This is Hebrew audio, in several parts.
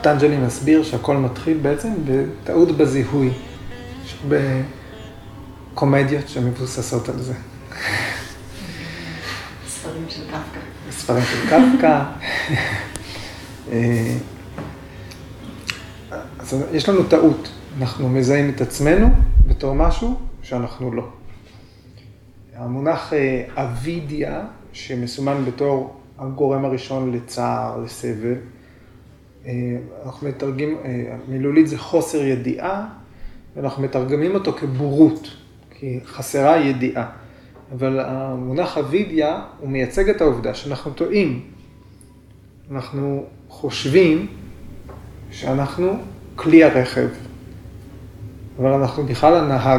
פטנג'לי מסביר שהכל מתחיל בעצם בטעות בזיהוי. יש בקומדיות שמבוססות על זה. ספרים של קפקא. ספרים של קפקא. אז יש לנו טעות. אנחנו מזהים את עצמנו בתור משהו שאנחנו לא. המונח אבידיה, שמסומן בתור הגורם הראשון לצער, לסבל, אנחנו מתרגמים, מילולית זה חוסר ידיעה, ואנחנו מתרגמים אותו כבורות, כי חסרה ידיעה. אבל המונח אבידיה הוא מייצג את העובדה שאנחנו טועים. אנחנו חושבים שאנחנו כלי הרכב, אבל אנחנו בכלל הנהג.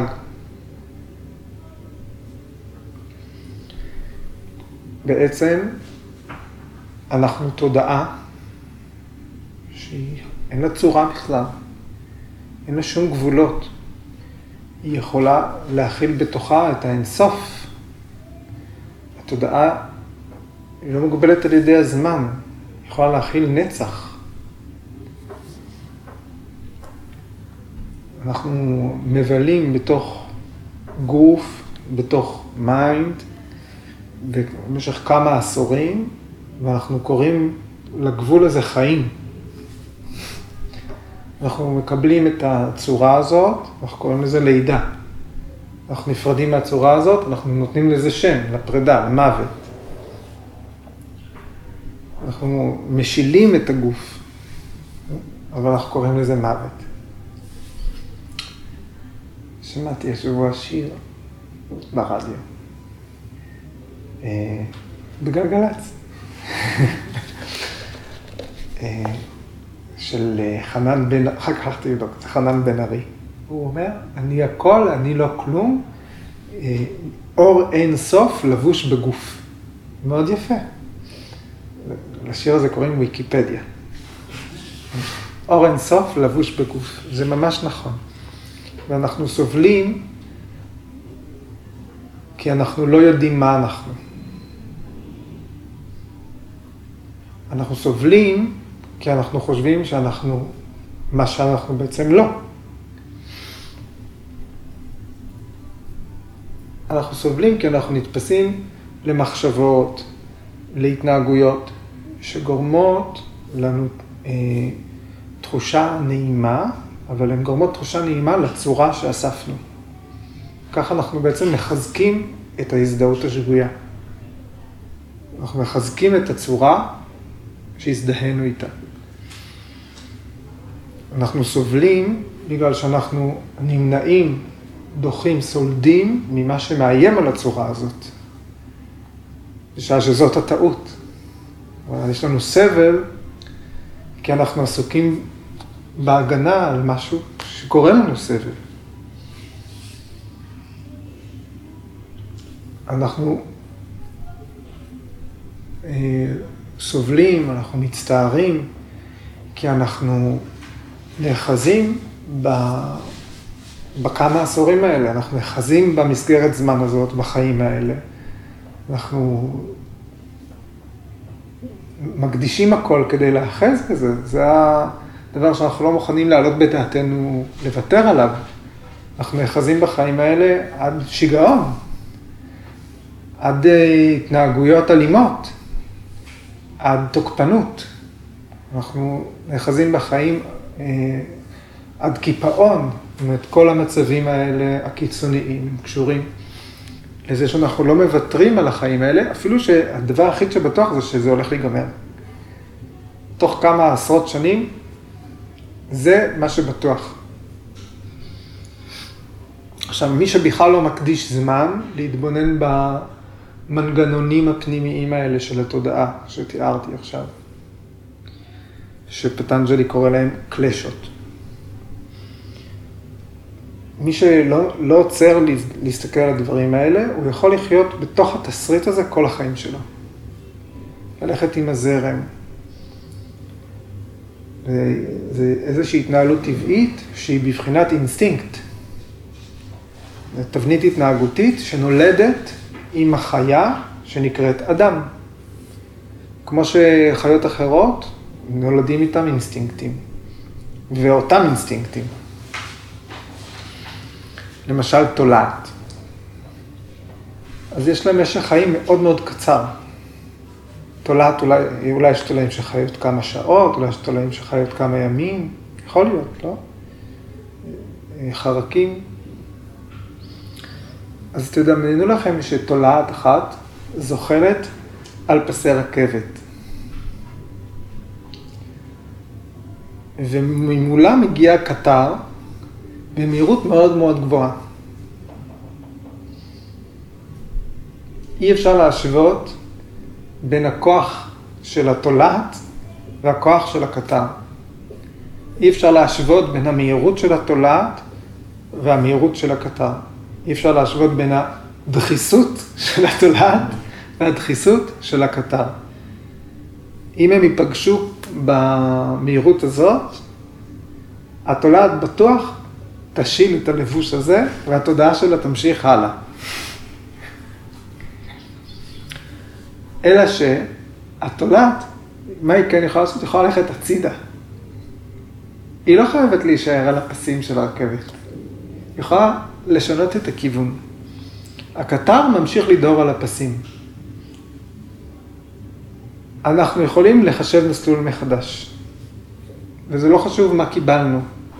בעצם אנחנו תודעה שאין לה צורה בכלל, אין לה שום גבולות. היא יכולה להכיל בתוכה את האינסוף. התודעה היא לא מוגבלת על ידי הזמן, היא יכולה להכיל נצח. אנחנו מבלים בתוך גוף, בתוך מיינד, במשך כמה עשורים, ואנחנו קוראים לגבול הזה חיים. אנחנו מקבלים את הצורה הזאת, אנחנו קוראים לזה לידה. אנחנו נפרדים מהצורה הזאת, אנחנו נותנים לזה שם, לפרידה, למוות. אנחנו משילים את הגוף, אבל אנחנו קוראים לזה מוות. שמעתי השבוע שיר ברדיו. בגלגלצ. של חנן בן, אחר כך הלכתי לבדוק, זה חנן בן ארי. הוא אומר, אני הכל, אני לא כלום, אור אין סוף לבוש בגוף. מאוד יפה. לשיר הזה קוראים ויקיפדיה. אור אין סוף לבוש בגוף. זה ממש נכון. ואנחנו סובלים כי אנחנו לא יודעים מה אנחנו. אנחנו סובלים כי אנחנו חושבים שאנחנו, מה שאנחנו בעצם לא. אנחנו סובלים כי אנחנו נתפסים למחשבות, להתנהגויות, שגורמות לנו תחושה נעימה, אבל הן גורמות תחושה נעימה לצורה שאספנו. ככה אנחנו בעצם מחזקים את ההזדהות השגויה. אנחנו מחזקים את הצורה שהזדהינו איתה. אנחנו סובלים בגלל שאנחנו נמנעים, דוחים, סולדים ממה שמאיים על הצורה הזאת. בשעה שזאת הטעות. אבל יש לנו סבל כי אנחנו עסוקים בהגנה על משהו שקורה לנו סבל. אנחנו סובלים, אנחנו מצטערים, כי אנחנו נאחזים בכמה עשורים האלה, אנחנו נאחזים במסגרת זמן הזאת, בחיים האלה. אנחנו מקדישים הכל כדי להאחז בזה, זה הדבר שאנחנו לא מוכנים להעלות בדעתנו לוותר עליו. אנחנו נאחזים בחיים האלה עד שיגעון, עד התנהגויות אלימות, עד תוקפנות. אנחנו נאחזים בחיים עד קיפאון, זאת אומרת, כל המצבים האלה הקיצוניים קשורים לזה שאנחנו לא מוותרים על החיים האלה, אפילו שהדבר הכי שבטוח זה שזה הולך להיגמר. תוך כמה עשרות שנים, זה מה שבטוח. עכשיו, מי שבכלל לא מקדיש זמן להתבונן במנגנונים הפנימיים האלה של התודעה שתיארתי עכשיו, שפטנג'לי קורא להם קלשות. מי שלא עוצר להסתכל על הדברים האלה, הוא יכול לחיות בתוך התסריט הזה כל החיים שלו. ללכת עם הזרם. זה איזושהי התנהלות טבעית שהיא בבחינת אינסטינקט. זו תבנית התנהגותית שנולדת עם החיה שנקראת אדם. כמו שחיות אחרות נולדים איתם אינסטינקטים. ואותם אינסטינקטים. למשל תולעת. אז יש להם משך חיים מאוד מאוד קצר. תולעת, אולי יש תולעים שחיות כמה שעות, אולי יש תולעים שחיות כמה ימים, יכול להיות, לא? חרקים. אז תדמיינו לכם שתולעת אחת זוחלת על פסי רכבת. וממולה מגיע קטר במהירות מאוד מאוד גבוהה. אי אפשר להשוות בין הכוח של התולעת והכוח של הקטר. אי אפשר להשוות בין המהירות של התולעת והמהירות של הקטר. אי אפשר להשוות בין הדחיסות של התולעת והדחיסות של הקטר. אם הם ייפגשו במהירות הזאת, התולעת בטוח תשיל את הלבוש הזה, והתודעה שלה תמשיך הלאה. אלא שהתולעת, מה היא כן יכולה לעשות? היא יכולה ללכת הצידה. היא לא חייבת להישאר על הפסים של הרכבת. היא יכולה לשנות את הכיוון. הקטר ממשיך לדהור על הפסים. אנחנו יכולים לחשב מסלול מחדש. וזה לא חשוב מה קיבלנו.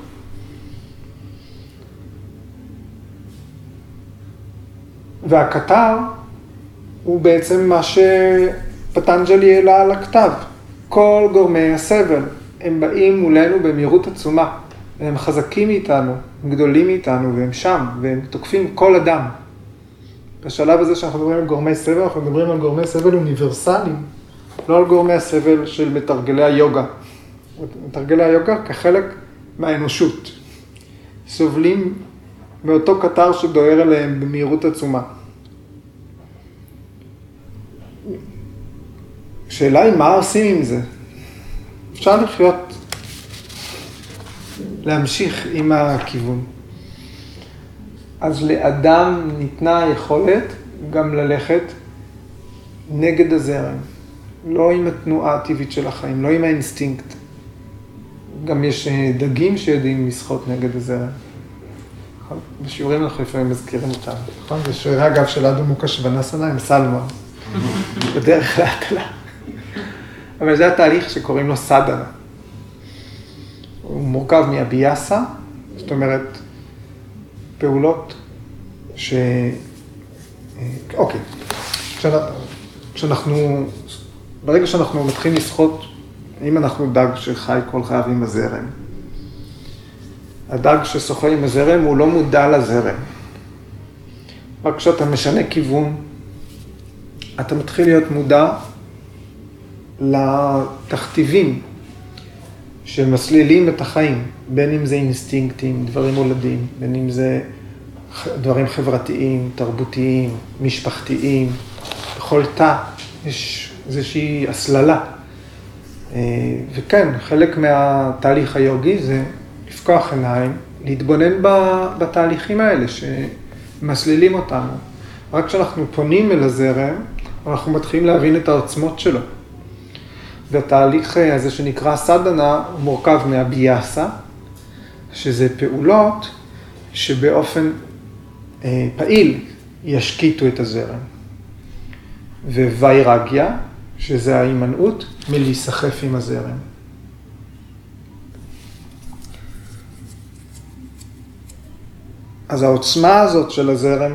והקטר הוא בעצם מה שפטנג'לי העלה על הכתב. כל גורמי הסבל, הם באים מולנו במהירות עצומה. הם חזקים מאיתנו, הם גדולים מאיתנו, והם שם, והם תוקפים כל אדם. בשלב הזה שאנחנו מדברים על גורמי סבל, אנחנו מדברים על גורמי סבל אוניברסליים, לא על גורמי הסבל של מתרגלי היוגה. מתרגלי היוגה כחלק מהאנושות. סובלים מאותו קטר שדוהר אליהם במהירות עצומה. השאלה היא מה עושים עם זה? אפשר להמשיך עם הכיוון. אז לאדם ניתנה היכולת גם ללכת נגד הזרם. לא עם התנועה הטבעית של החיים, לא עם האינסטינקט. גם יש דגים שיודעים לשחות נגד הזרם. בשיעורים אנחנו לפעמים מזכירים אותם. נכון? בשיעורי אגב של אדו מוקשוונאסנה עם סלמון. בדרך להטלה. אבל זה התהליך שקוראים לו סדנה. הוא מורכב מהביאסה, זאת אומרת, פעולות אוקיי. ברגע שאנחנו מתחילים לשחות, אם אנחנו דג שחי כל חייו עם הזרם, הדג ששוחה עם הזרם הוא לא מודע לזרם. רק כשאתה משנה כיוון, אתה מתחיל להיות מודע לתכתיבים שמסלילים את החיים, בין אם זה אינסטינקטים, דברים מולדים, בין אם זה דברים חברתיים, תרבותיים, משפחתיים. בכל תא יש איזושהי הסללה. וכן, חלק מהתהליך היוגי זה לפקוח עיניים, להתבונן בתהליכים האלה שמסלילים אותנו. רק כשאנחנו פונים אל הזרם, אנחנו מתחילים להבין את העוצמות שלו. והתהליך הזה שנקרא סדנה הוא מורכב מהביאסה, שזה פעולות שבאופן פעיל ישקיטו את הזרם. וויירגיה, שזה ההימנעות מלהיסחף עם הזרם. אז העוצמה הזאת של הזרם,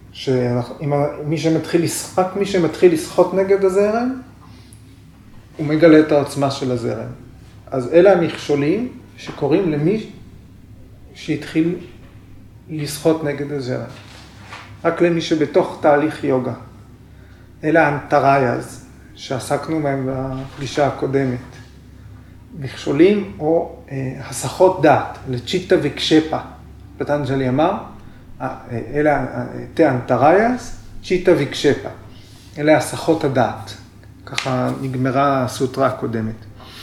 רק מי שמתחיל לשחות נגד הזרם, הוא מגלה את העוצמה של הזרם. אז אלה המכשולים שקוראים למי שהתחיל לשחות נגד הזרם. רק למי שבתוך תהליך יוגה. אלה האנטרייז שעסקנו מהם בפגישה הקודמת. מכשולים או הסחות דעת, לצ'יטה וקשפה. פטנג'לי אמר, אלה תאנטרייז, צ'יטה וקשפה. אלה הסחות הדעת. ככה נגמרה הסוטרה הקודמת.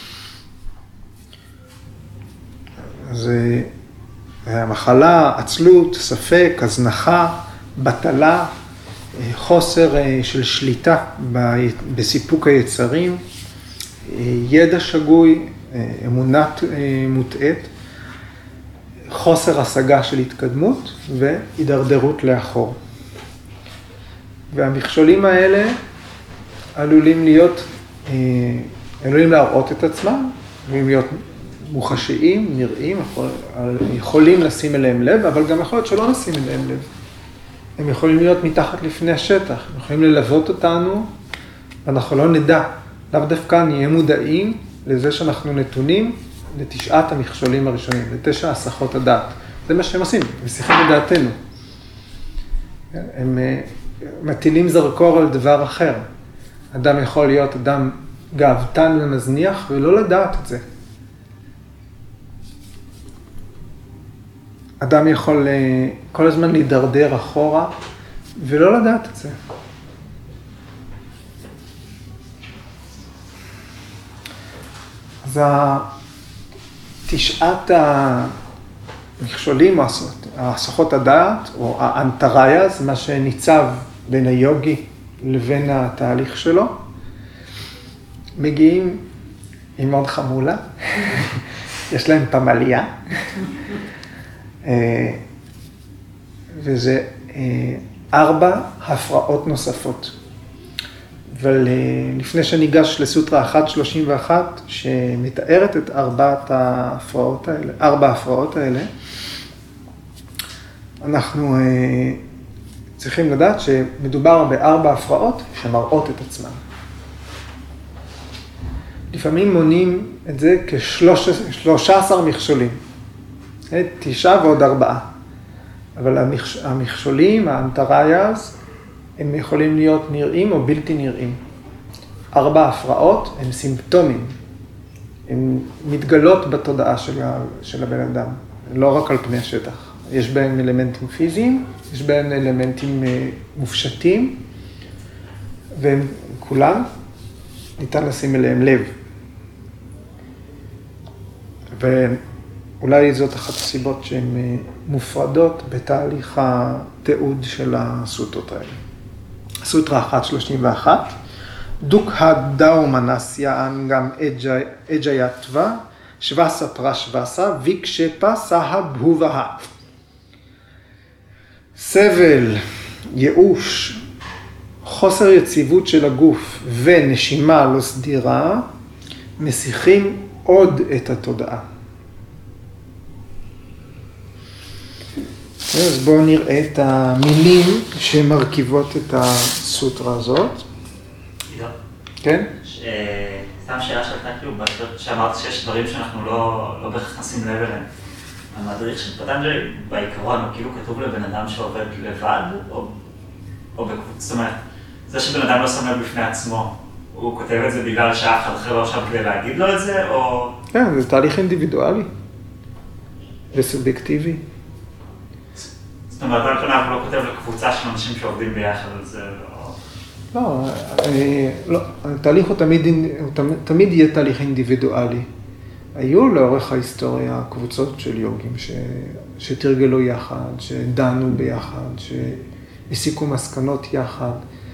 אז המחלה, עצלות, ספק, הזנחה, בטלה, חוסר של שליטה בסיפוק היצרים, ידע שגוי, אמונה מוטעית, חוסר השגה של התקדמות והידרדרות לאחור. והמכשולים האלה עלולים להראות את עצמם, יכולים להיות מוחשיים, נראים, יכולים לשים אליהם לב, אבל גם יכול להיות שלא נשים אליהם לב. הם יכולים להיות מתחת לפני השטח, הם יכולים ללוות אותנו, ואנחנו לא נדע, לאו דווקא נהיה מודעים לזה שאנחנו נתונים לתשעת המכשולים הראשונים, לתשע הסחות הדעת. זה מה שהם עושים, הם מסיחים בדעתנו. הם מטילים זרקור על דבר אחר. אדם יכול להיות אדם גאוותן ומזניח ולא לדעת את זה. אדם יכול כל הזמן להידרדר אחורה ולא לדעת את זה. אז תשעת המכשולים, הסחות הדעת, או האנטריה, זה מה שניצב בין היוגי לבין התהליך שלו, מגיעים עם עוד חמולה, יש להם פמליה, וזה 4 הפרעות נוספות. אבל לפני שניגש לסוטרה 1.31, שמתארת את 4 ההפרעות האלה, אנחנו צריכים לדעת שמדובר ב4 הפרעות שמראות את עצמן. לפעמים מונים את זה כ13 מכשולים, 9 ועוד 4. אבל המכשולים, האנטרייז, הם יכולים להיות נראים או בלתי נראים. 4 הפרעות הם סימפטומים, הן מתגלות בתודעה של הבן אדם, לא רק על פני השטח. יש בהם אלמנטים פיזיים, יש בהם אלמנטים מופשטים, והם כולם ניתן לשים אליהם לב. ואולי זאת אחת הסיבות שהן מופרדות בתהליך התיעוד של הסוטרות האלה. סוטרה 1.31, דוקה דאומנסיה אנגם אג'ייתווה, שווסה פרשווסה, ויקשפה סהה בהובה. סבל, ייאוש, חוסר יציבות של הגוף ונשימה לא סדירה, מסיחים עוד את התודעה. אז בואו נראה את המילים שמרכיבות את הסוטרה הזאת. כן? סתם שאלה שעלתה כאילו, שאמרת שיש דברים שאנחנו לא בהכרח נשים לב אליהם. המדריך של פטנג'לי, בעיקרון, הוא כאילו כתוב לבן אדם שעובד לבד, או בקבוצה. זאת אומרת, זה שבן אדם לא שם לב בפני עצמו, הוא כותב את זה בגלל שאף אחד אחר לא עכשיו כדי להגיד לו את זה, או... כן, זה תהליך אינדיבידואלי וסובייקטיבי. זאת אומרת, על פניו הוא לא כותב לקבוצה של אנשים שעובדים ביחד על זה, או... לא, התהליך הוא תמיד יהיה תהליך אינדיבידואלי. היו לאורך ההיסטוריה קבוצות של יוגים שתרגלו יחד, שדנו ביחד, שהסיקו מסקנות יחד.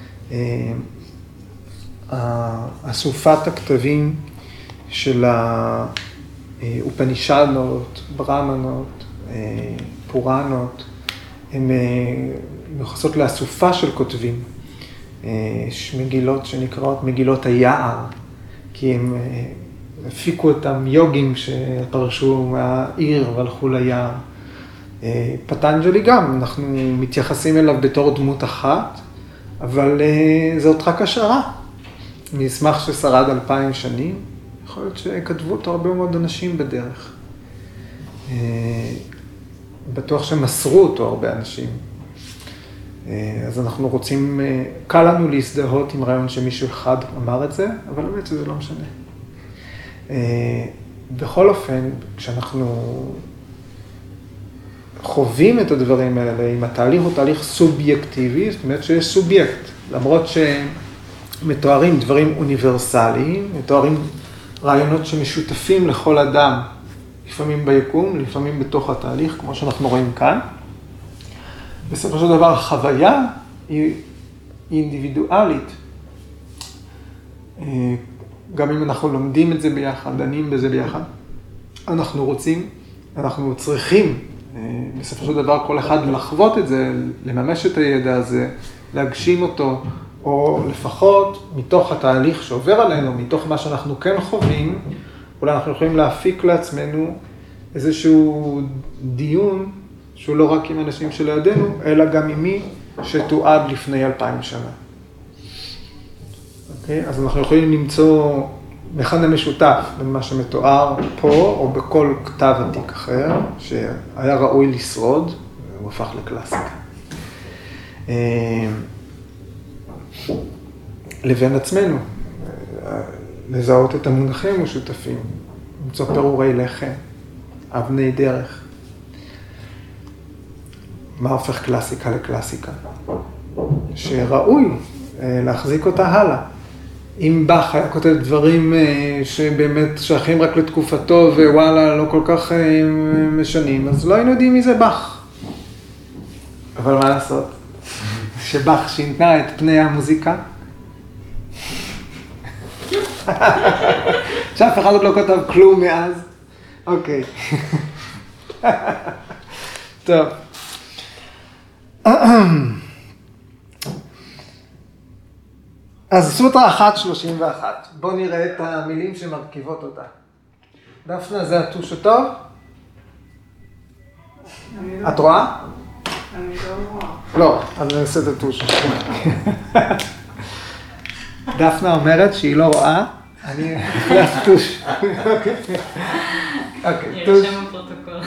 אסופת הכתבים של האופנישדות, ברהמנות, פוראנות, הן מיוחסות לאסופה של כותבים. יש מגילות שנקראות מגילות היער, כי הם הפיקו אותם יוגים שפרשו מהעיר והלכו ליער. פטנג'לי גם, אנחנו מתייחסים אליו בתור דמות אחת, אבל זאת רק השערה. מסמך ששרד 2000 שנים, יכול להיות שכתבו אותו הרבה מאוד אנשים בדרך. בטוח שמסרו אותו הרבה אנשים. אז אנחנו רוצים, קל לנו להזדהות עם רעיון שמישהו אחד אמר את זה, אבל באמת שזה לא משנה. בכל אופן, כשאנחנו חווים את הדברים האלה, אם התהליך הוא תהליך סובייקטיבי, זאת אומרת שיש סובייקט, למרות שמתוארים דברים אוניברסליים, מתוארים רעיונות שמשותפים לכל אדם, לפעמים ביקום, לפעמים בתוך התהליך, כמו שאנחנו רואים כאן. בסופו של דבר, החוויה היא אינדיבידואלית. גם אם אנחנו לומדים את זה ביחד, דנים בזה ביחד, אנחנו רוצים אנחנו צריכים, בסופו של דבר, כל אחד לחוות את זה, לממש את הידע הזה, להגשים אותו, או לפחות מתוך התהליך שעובר עלינו, מתוך מה שאנחנו כן חווים, אולי אנחנו יכולים להפיק לעצמנו איזשהו דיון, שהוא לא רק עם אנשים שלידינו, אלא גם עם מי שתועד לפני 2000 שנה. אוקיי? אז אנחנו יכולים למצוא מכנה משותף בין מה שמתואר פה, או בכל כתב עתיק אחר, שהיה ראוי לשרוד, והוא הפך לקלאסיקה. לבין עצמנו, לזהות את המונחים המשותפים, למצוא פירורי לחם, אבני דרך. מה הופך קלאסיקה לקלאסיקה? שראוי להחזיק אותה הלאה. אם באך היה כותב דברים שבאמת שייכים רק לתקופתו ווואלה לא כל כך משנים, אז לא היינו יודעים מי זה באך. אבל מה לעשות? שבאך שינתה את פני המוזיקה. שאף אחד עוד לא כתב כלום מאז. אוקיי. טוב. אז סוטרה 1.31. בואו נראה את המילים שמרכיבות אותה. דפנה, זה הטוש הטוב? את רואה? אני לא רואה. לא, אז אני אעשה את הטוש. דפנה אומרת שהיא לא רואה, אני אעשה טוש. אוקיי, טוש. ירשם בפרוטוקול.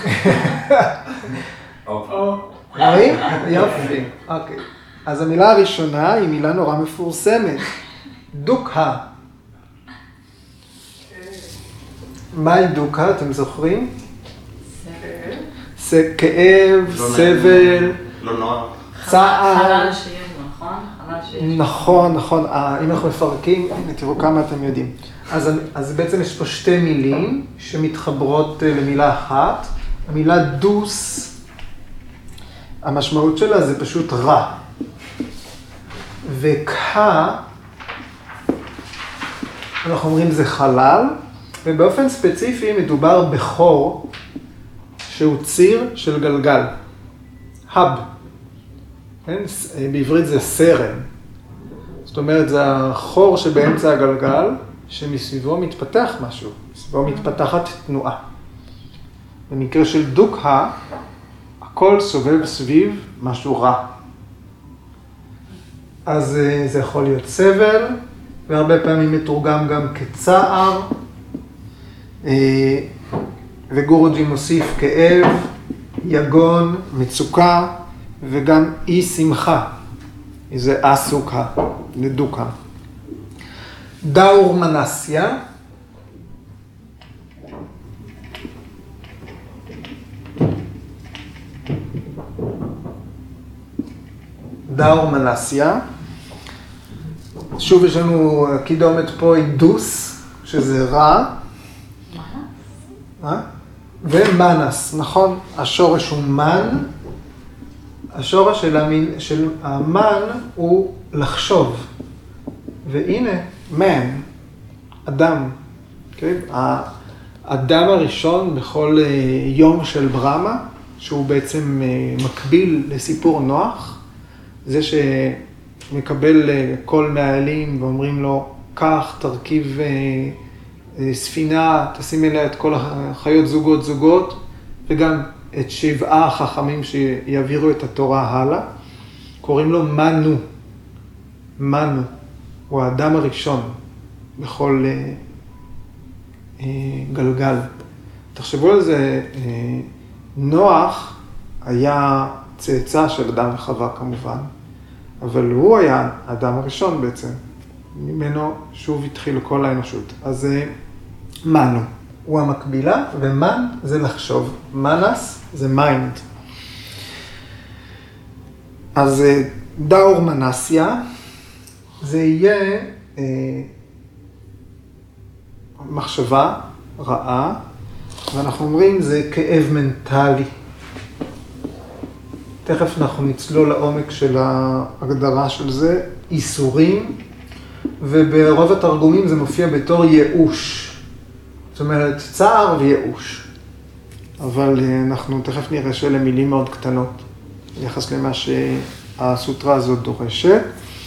רואים? יופי. אוקיי. אז המילה הראשונה היא מילה נורא מפורסמת. דוקה. מהי דוקה? אתם זוכרים? כאב, סבל, לא נוח. צער. חלל שיש, נכון? חלל שיש. נכון, נכון. אם אנחנו מפרקים, הנה תראו כמה אתם יודעים. אז בעצם יש פה שתי מילים שמתחברות למילה אחת. המילה דוס, המשמעות שלה זה פשוט רע. וקה, אנחנו אומרים זה חלל, ובאופן ספציפי מדובר בחור שהוא ציר של גלגל. hub. כן? בעברית זה סרן. זאת אומרת, זה החור שבאמצע הגלגל, שמסביבו מתפתח משהו, מסביבו מתפתחת תנועה. במקרה של דוקה, הכל סובב סביב משהו רע. אז זה יכול להיות סבל, והרבה פעמים מתורגם גם כצער, וגורוג'י מוסיף כאב, יגון, מצוקה, וגם אי שמחה. זה אסוקה, לדוקה. דאור מנסיה. דאור מנסיה. שוב יש לנו קידומת פה דוס, שזה רע. ומנס, נכון? השורש הוא מן. השורש של המן הוא לחשוב. והנה, man, אדם. האדם הראשון בכל יום של ברמה, שהוא בעצם מקביל לסיפור נוח, זה שמקבל כל מהאלים ואומרים לו, כך תרכיב ספינה, תשים אליה את כל החיות זוגות, וגם את 7 החכמים שיעבירו את התורה הלאה. קוראים לו מנו. מנו. הוא האדם הראשון בכל גלגל. תחשבו על זה, נוח היה צאצא של אדם וחווה כמובן, אבל הוא היה האדם הראשון בעצם. ממנו שוב התחיל כל האנושות. אז מנו הוא המקבילה, ומן זה לחשוב. מנס זה מיינד. אז דאור מנסיה, זה יהיה מחשבה רעה, ואנחנו אומרים זה כאב מנטלי. תכף אנחנו נצלול לעומק של ההגדרה של זה, איסורים, וברוב התרגומים זה מופיע בתור ייאוש. זאת אומרת, צער וייאוש. אבל אנחנו תכף נראה שאלה מילים מאוד קטנות, ביחס למה שהסוטרה הזאת דורשת.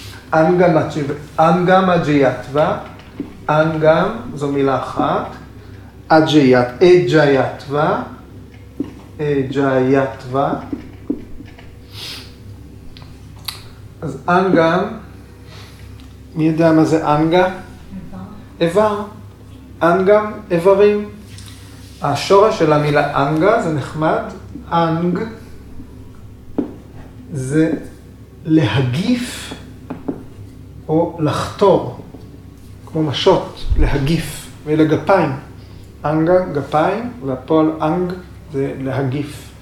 אנגם אג'יאטווה, אנגם זו מילה אחת, אג'יאטווה, אג'יאטווה. אז אנגם, מי יודע מה זה אנגה? איבר. אנגם, איברים. השורש של המילה אנגה זה נחמד, אנג זה להגיף או לחתור, כמו משות, להגיף, ולגפיים. אנגה, גפיים, והפועל אנג זה להגיף.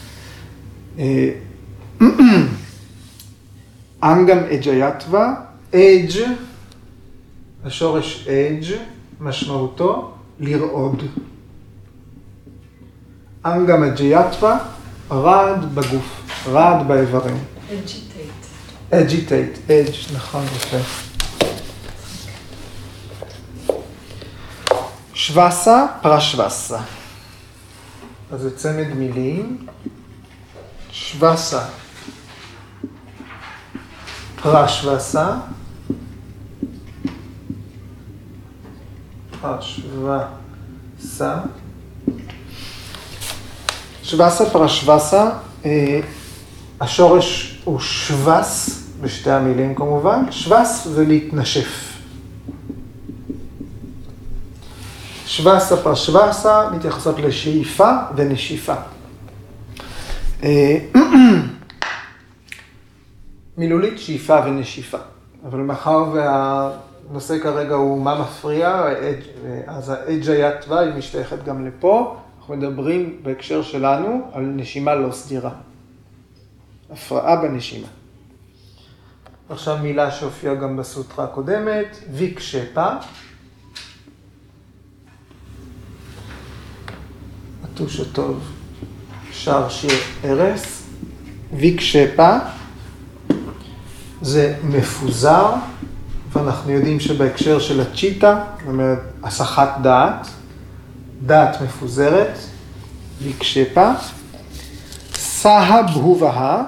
אנגם אג'יאטווה, אג', השורש אג', משמעותו לרעוד. אנגם אג'יאטווה, רעד בגוף, רעד באיברים. אג'יטייט, נכון, יפה. שווסה, פרשווסה. אז זה צמד מילים. שווסה, פרשווסה. פרשווסה. שווסה, פרשווסה. השורש הוא שוס, בשתי המילים כמובן. שוס זה להתנשף. שווסה, פרשווסה, מתייחסות לשאיפה ונשיפה. מילולית שאיפה ונשיפה. אבל מאחר והנושא כרגע הוא מה מפריע, אז האג'יאטווה היא משתייכת גם לפה. אנחנו מדברים בהקשר שלנו על נשימה לא סדירה. הפרעה בנשימה. עכשיו מילה שהופיעה גם בסוטרה הקודמת, ויקשפה. הטוש הטוב שר שיר ארס. ויקשפה זה מפוזר, ואנחנו יודעים שבהקשר של הצ'יטה, זאת אומרת, הסחת דעת, דעת מפוזרת, ויקשפה. סהה בהובה,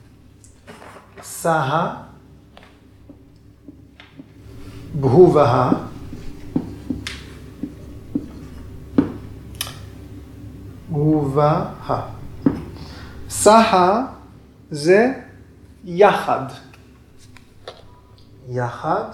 סהה בהובה, בהובה. סהה זה יחד. יחד.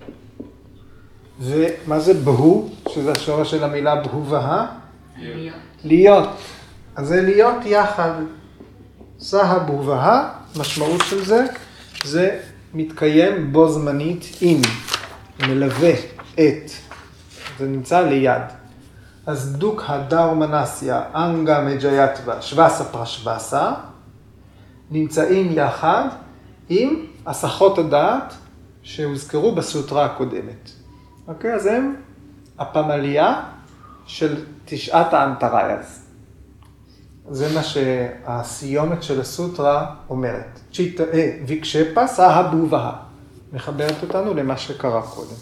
ומה זה בהו? שזה השורש של המילה בהובה? להיות. אז זה להיות יחד. סהה בהובה, משמעות של זה, זה מתקיים בו זמנית עם, מלווה את. זה נמצא ליד. אז דוק הדר מנסיה, אנגה מג'יאטווה, שווסה פרשווסה, נמצאים יחד עם הסחות הדעת שהוזכרו בסוטרה הקודמת. אוקיי, אז הם הפמליה של 9 האנטרייז. זה מה שהסיומת של הסוטרה אומרת. ויקשפה סהה בהובה. מחברת אותנו למה שקרה קודם.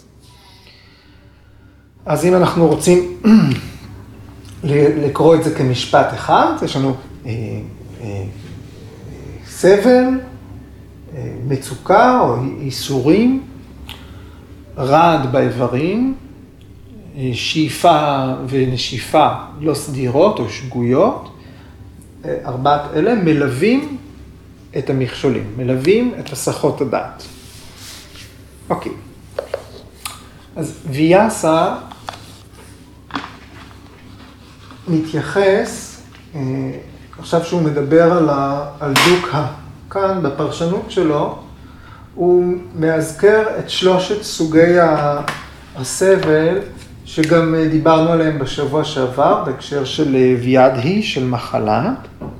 אז אם אנחנו רוצים לקרוא את זה כמשפט אחד, יש לנו סבל, מצוקה או איסורים, רעד באיברים, שאיפה ונשיפה לא סדירות או שגויות, 4 אלה מלווים את המכשולים, מלווים את הסחות הדעת. אוקיי. אז ויאסה מתייחס, עכשיו שהוא מדבר על דוקה, כאן בפרשנות שלו, הוא מאזכר את 3 סוגי הסבל, שגם דיברנו עליהם בשבוע שעבר, בהקשר של ויאדהי, של מחלה.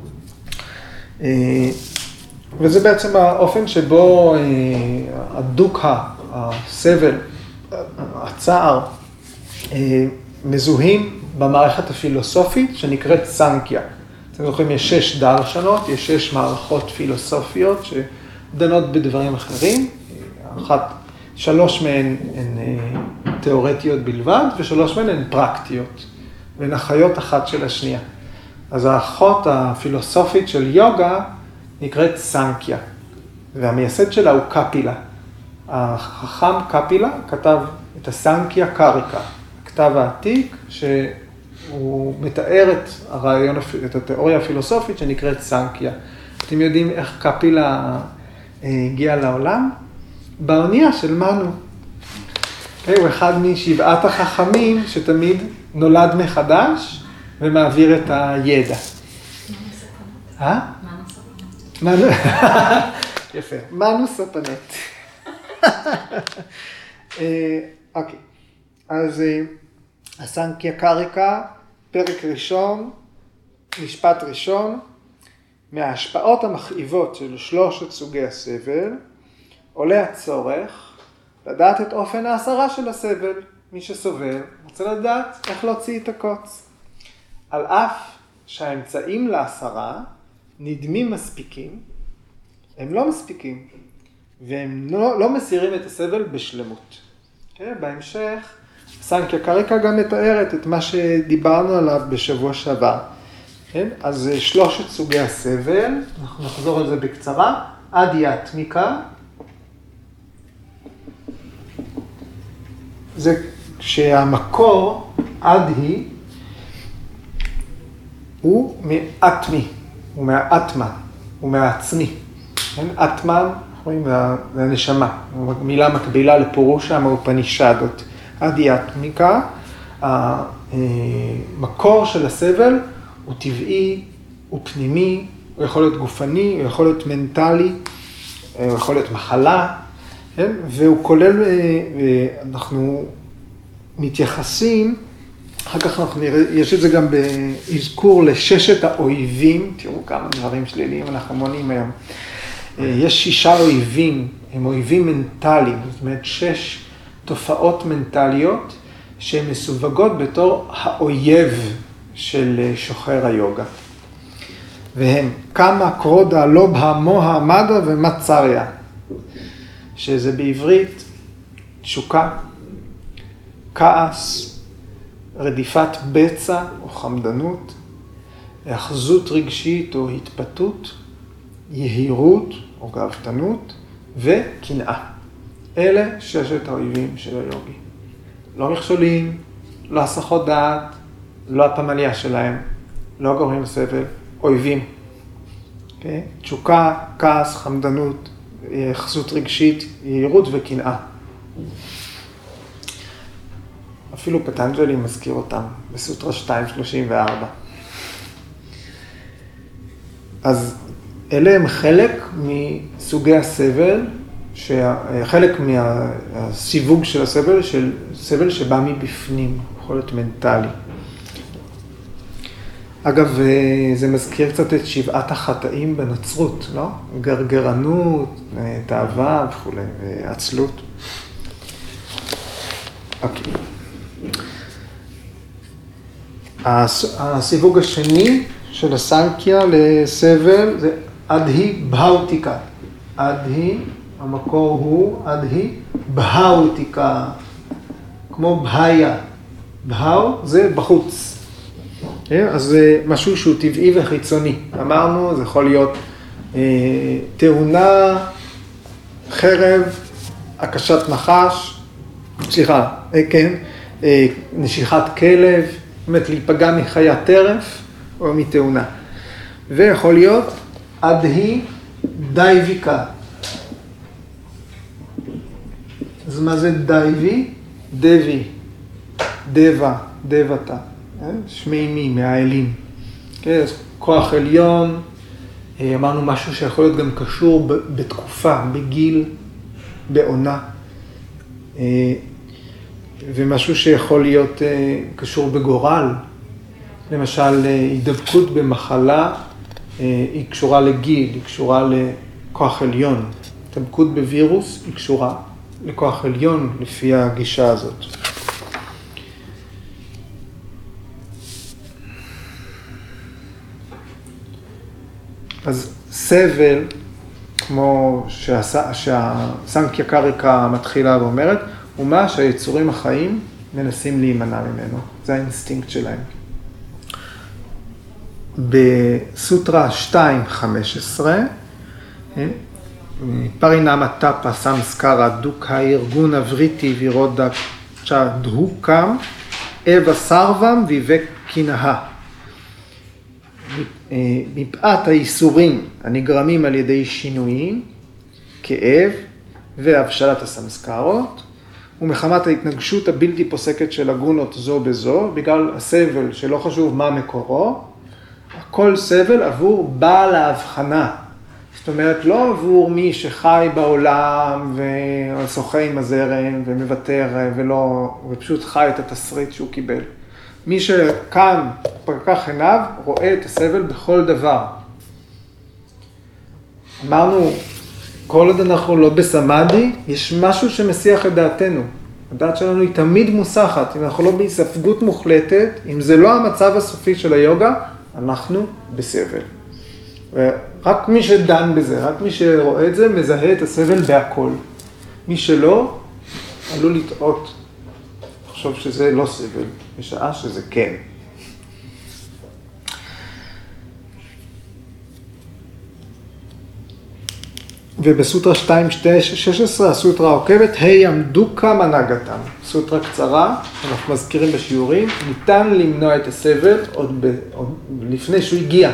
וזה בעצם האופן שבו הדוקה, הסבל, הצער, מזוהים במערכת הפילוסופית שנקראת סנקיה. אתם זוכרים, יש 6 דרשנות, יש 6 מערכות פילוסופיות שדנות בדברים אחרים. 3 מהן הן תיאורטיות בלבד, ו3 מהן הן פרקטיות, והן אחיות אחת של השנייה. אז האחות הפילוסופית של יוגה נקראת סנקיה, והמייסד שלה הוא קפילה. החכם קפילה כתב את הסנקיה קריקה, הכתב העתיק שהוא מתאר את התיאוריה הפילוסופית שנקראת סנקיה. אתם יודעים איך קפילה הגיע לעולם? באונייה של מנו. הוא אחד משבעת החכמים שתמיד נולד מחדש ומעביר את הידע. מנו יפה, מנו ספנט. אוקיי, אז הסנקיה קריקה, פרק ראשון, משפט ראשון, מההשפעות המכאיבות של שלושת סוגי הסבל, עולה הצורך לדעת את אופן ההסרה של הסבל. מי שסובל רוצה לדעת איך להוציא את הקוץ. על אף שהאמצעים להסרה נדמים מספיקים, הם לא מספיקים, והם לא מסירים את הסבל בשלמות. בהמשך, סנקיה קריקה גם מתארת את מה שדיברנו עליו בשבוע שעבר. אז שלושת סוגי הסבל, אנחנו נחזור על זה בקצרה. אדיאטמיקה, זה כשהמקור, אדהי, הוא מאטמי, הוא מהאטמה, הוא מהעצמי. אטמה, רואים, זה הנשמה, מילה מקבילה לפורושה מאופנישדות. אדיאטמיקה, המקור של הסבל הוא טבעי, הוא פנימי, הוא יכול להיות גופני, הוא יכול להיות מנטלי, הוא יכול להיות מחלה, כן? והוא כולל, אנחנו מתייחסים, אחר כך אנחנו נראה, יש את זה גם באזכור לששת האויבים, תראו כמה דברים שליליים אנחנו מונים היום. יש 6 אויבים, הם אויבים מנטליים, זאת אומרת 6 תופעות מנטליות שהן מסווגות בתור האויב של שוחר היוגה. והם קמה, קרודה, לובהה, מוהה, מדה ומצריה, שזה בעברית תשוקה, כעס, רדיפת בצע או חמדנות, אחזות רגשית או התפתות, יהירות או גאוותנות וקנאה. אלה 6 האויבים של היוגי. לא מכשולים, לא הסחות דעת, לא הפמליה שלהם, לא גורמים לסבל, אויבים. Okay? תשוקה, כעס, חמדנות, אחזות רגשית, יהירות וקנאה. אפילו פטנג'לי מזכיר אותם בסוטרה 234. אז אלה הם חלק מסוגי הסבל, חלק מהסיווג של הסבל, של סבל שבא מבפנים, יכול להיות מנטלי. אגב, זה מזכיר קצת את 7 החטאים בנצרות, לא? גרגרנות, תאווה וכו', ועצלות. אוקיי. הסיווג השני של הסנקיה לסבל זה אדהי בהאותיקה. אדהי, המקור הוא אדהי בהאותיקה, כמו בהיה. בהאו זה בחוץ. אז זה משהו שהוא טבעי וחיצוני. אמרנו, זה יכול להיות תאונה, חרב, הקשת נחש, כן, נשיכת כלב, זאת אומרת, להיפגע מחיית טרף או מתאונה. ויכול להיות אדהי דייביקה. אז מה זה דייבי? דבי, דבה, דבתה, שמימי, מהאלים. אז כוח עליון, אמרנו משהו שיכול להיות גם קשור בתקופה, בגיל, בעונה. ומשהו שיכול להיות קשור בגורל. למשל, הידבקות במחלה היא קשורה לגיל, היא קשורה לכוח עליון. הידבקות בווירוס היא קשורה לכוח עליון לפי הגישה הזאת. אז סבל, כמו שהסנקיה קריקה מתחילה ואומרת, הוא מה שהיצורים החיים מנסים להימנע ממנו. זה האינסטינקט שלהם. בסוטרה 2.15, פרינמה טאפה סמסקרה דוקה ארגונה וריטי וירודה צ'דהוקם אבה סרבם ויבק קינאה. מפאת האיסורים הנגרמים על ידי שינויים, כאב והבשלת הסמסקרות, ומחמת ההתנגשות הבלתי פוסקת של הגונות זו בזו, בגלל הסבל שלא חשוב מה מקורו, כל סבל עבור בעל ההבחנה. זאת אומרת, לא עבור מי שחי בעולם ושוחה עם הזרם ומוותר ופשוט חי את התסריט שהוא קיבל. מי שכאן פקח עיניו רואה את הסבל בכל דבר. אמרנו, כל עוד אנחנו לא בסמאדי, יש משהו שמסיח את דעתנו. הדעת שלנו היא תמיד מוסחת. אם אנחנו לא בהיספגות מוחלטת, אם זה לא המצב הסופי של היוגה, אנחנו בסבל. ורק מי שדן בזה, רק מי שרואה את זה, מזהה את הסבל בהכל. מי שלא, עלול לטעות. לחשוב שזה לא סבל, בשעה שזה כן. ובסוטרה 2.16, הסוטרה העוקבת, הימדוקה מנגתם. סוטרה קצרה, אנחנו מזכירים בשיעורים, ניתן למנוע את הסבל עוד לפני שהוא הגיע.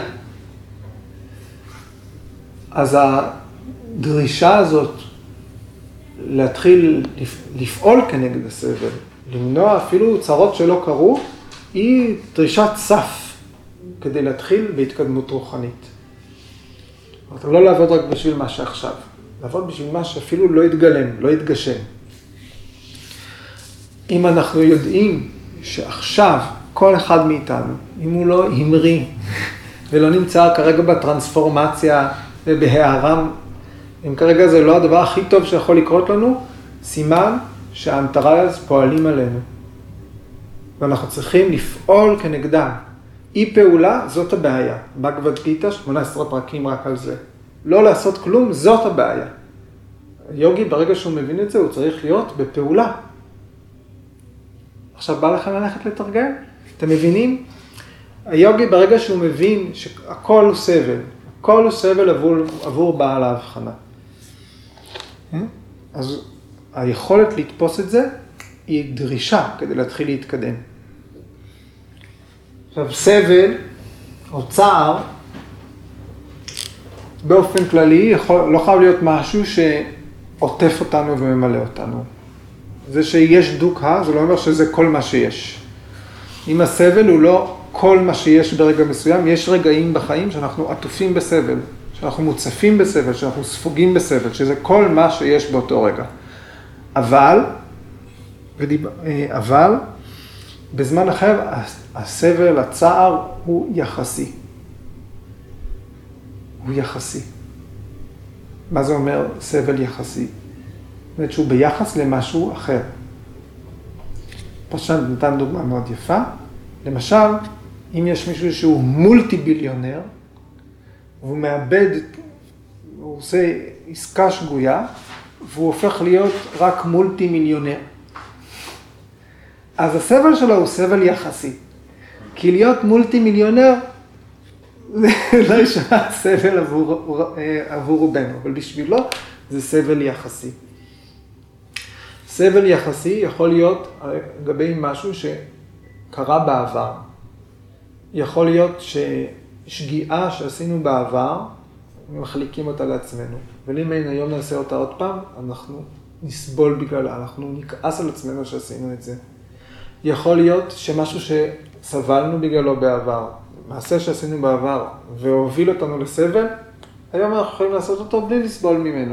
אז הדרישה הזאת להתחיל לפעול כנגד הסבל, למנוע אפילו צרות שלא קרו, היא דרישת סף כדי להתחיל בהתקדמות רוחנית. אבל לא לעבוד רק בשביל מה שעכשיו, לעבוד בשביל מה שאפילו לא יתגלם, לא יתגשם. אם אנחנו יודעים שעכשיו כל אחד מאיתנו, אם הוא לא המריא ולא נמצא כרגע בטרנספורמציה ובהערם, אם כרגע זה לא הדבר הכי טוב שיכול לקרות לנו, סימן שהאנטרייז פועלים עלינו. ואנחנו צריכים לפעול כנגדם. אי פעולה, זאת הבעיה. בגבד גיטה, 18 פרקים רק על זה. לא לעשות כלום, זאת הבעיה. היוגי, ברגע שהוא מבין את זה, הוא צריך להיות בפעולה. עכשיו בא לכם ללכת לתרגל? אתם מבינים? היוגי, ברגע שהוא מבין שהכל הוא סבל, הכל הוא סבל עבור בעל ההבחנה. אז היכולת לתפוס את זה היא דרישה כדי להתחיל להתקדם. עכשיו, סבל או צער, באופן כללי, לא חייב להיות משהו שעוטף אותנו וממלא אותנו. זה שיש דוקה, זה לא אומר שזה כל מה שיש. אם הסבל הוא לא כל מה שיש ברגע מסוים, יש רגעים בחיים שאנחנו עטופים בסבל, שאנחנו מוצפים בסבל, שאנחנו ספוגים בסבל, שזה כל מה שיש באותו רגע. אבל בזמן אחר, הסבל, הצער הוא יחסי. הוא יחסי. מה זה אומר סבל יחסי? זאת אומרת שהוא ביחס למשהו אחר. פרשן נתן דוגמה מאוד יפה. למשל, אם יש מישהו שהוא מולטי ביליונר, והוא מאבד, הוא עושה עסקה שגויה, והוא הופך להיות רק מולטי מיליונר. אז הסבל שלו הוא סבל יחסי. כי להיות מולטי מיליונר, לא ישמע סבל עבור רובנו, אבל בשבילו זה סבל יחסי. סבל יחסי יכול להיות לגבי משהו שקרה בעבר. יכול להיות ששגיאה שעשינו בעבר, מחליקים אותה לעצמנו. ואם היום נעשה אותה עוד פעם, אנחנו נסבול בגללה, אנחנו נכעס על עצמנו שעשינו את זה. יכול להיות שמשהו שסבלנו בגללו בעבר, מעשה שעשינו בעבר והוביל אותנו לסבל, היום אנחנו יכולים לעשות אותו בלי לסבול ממנו.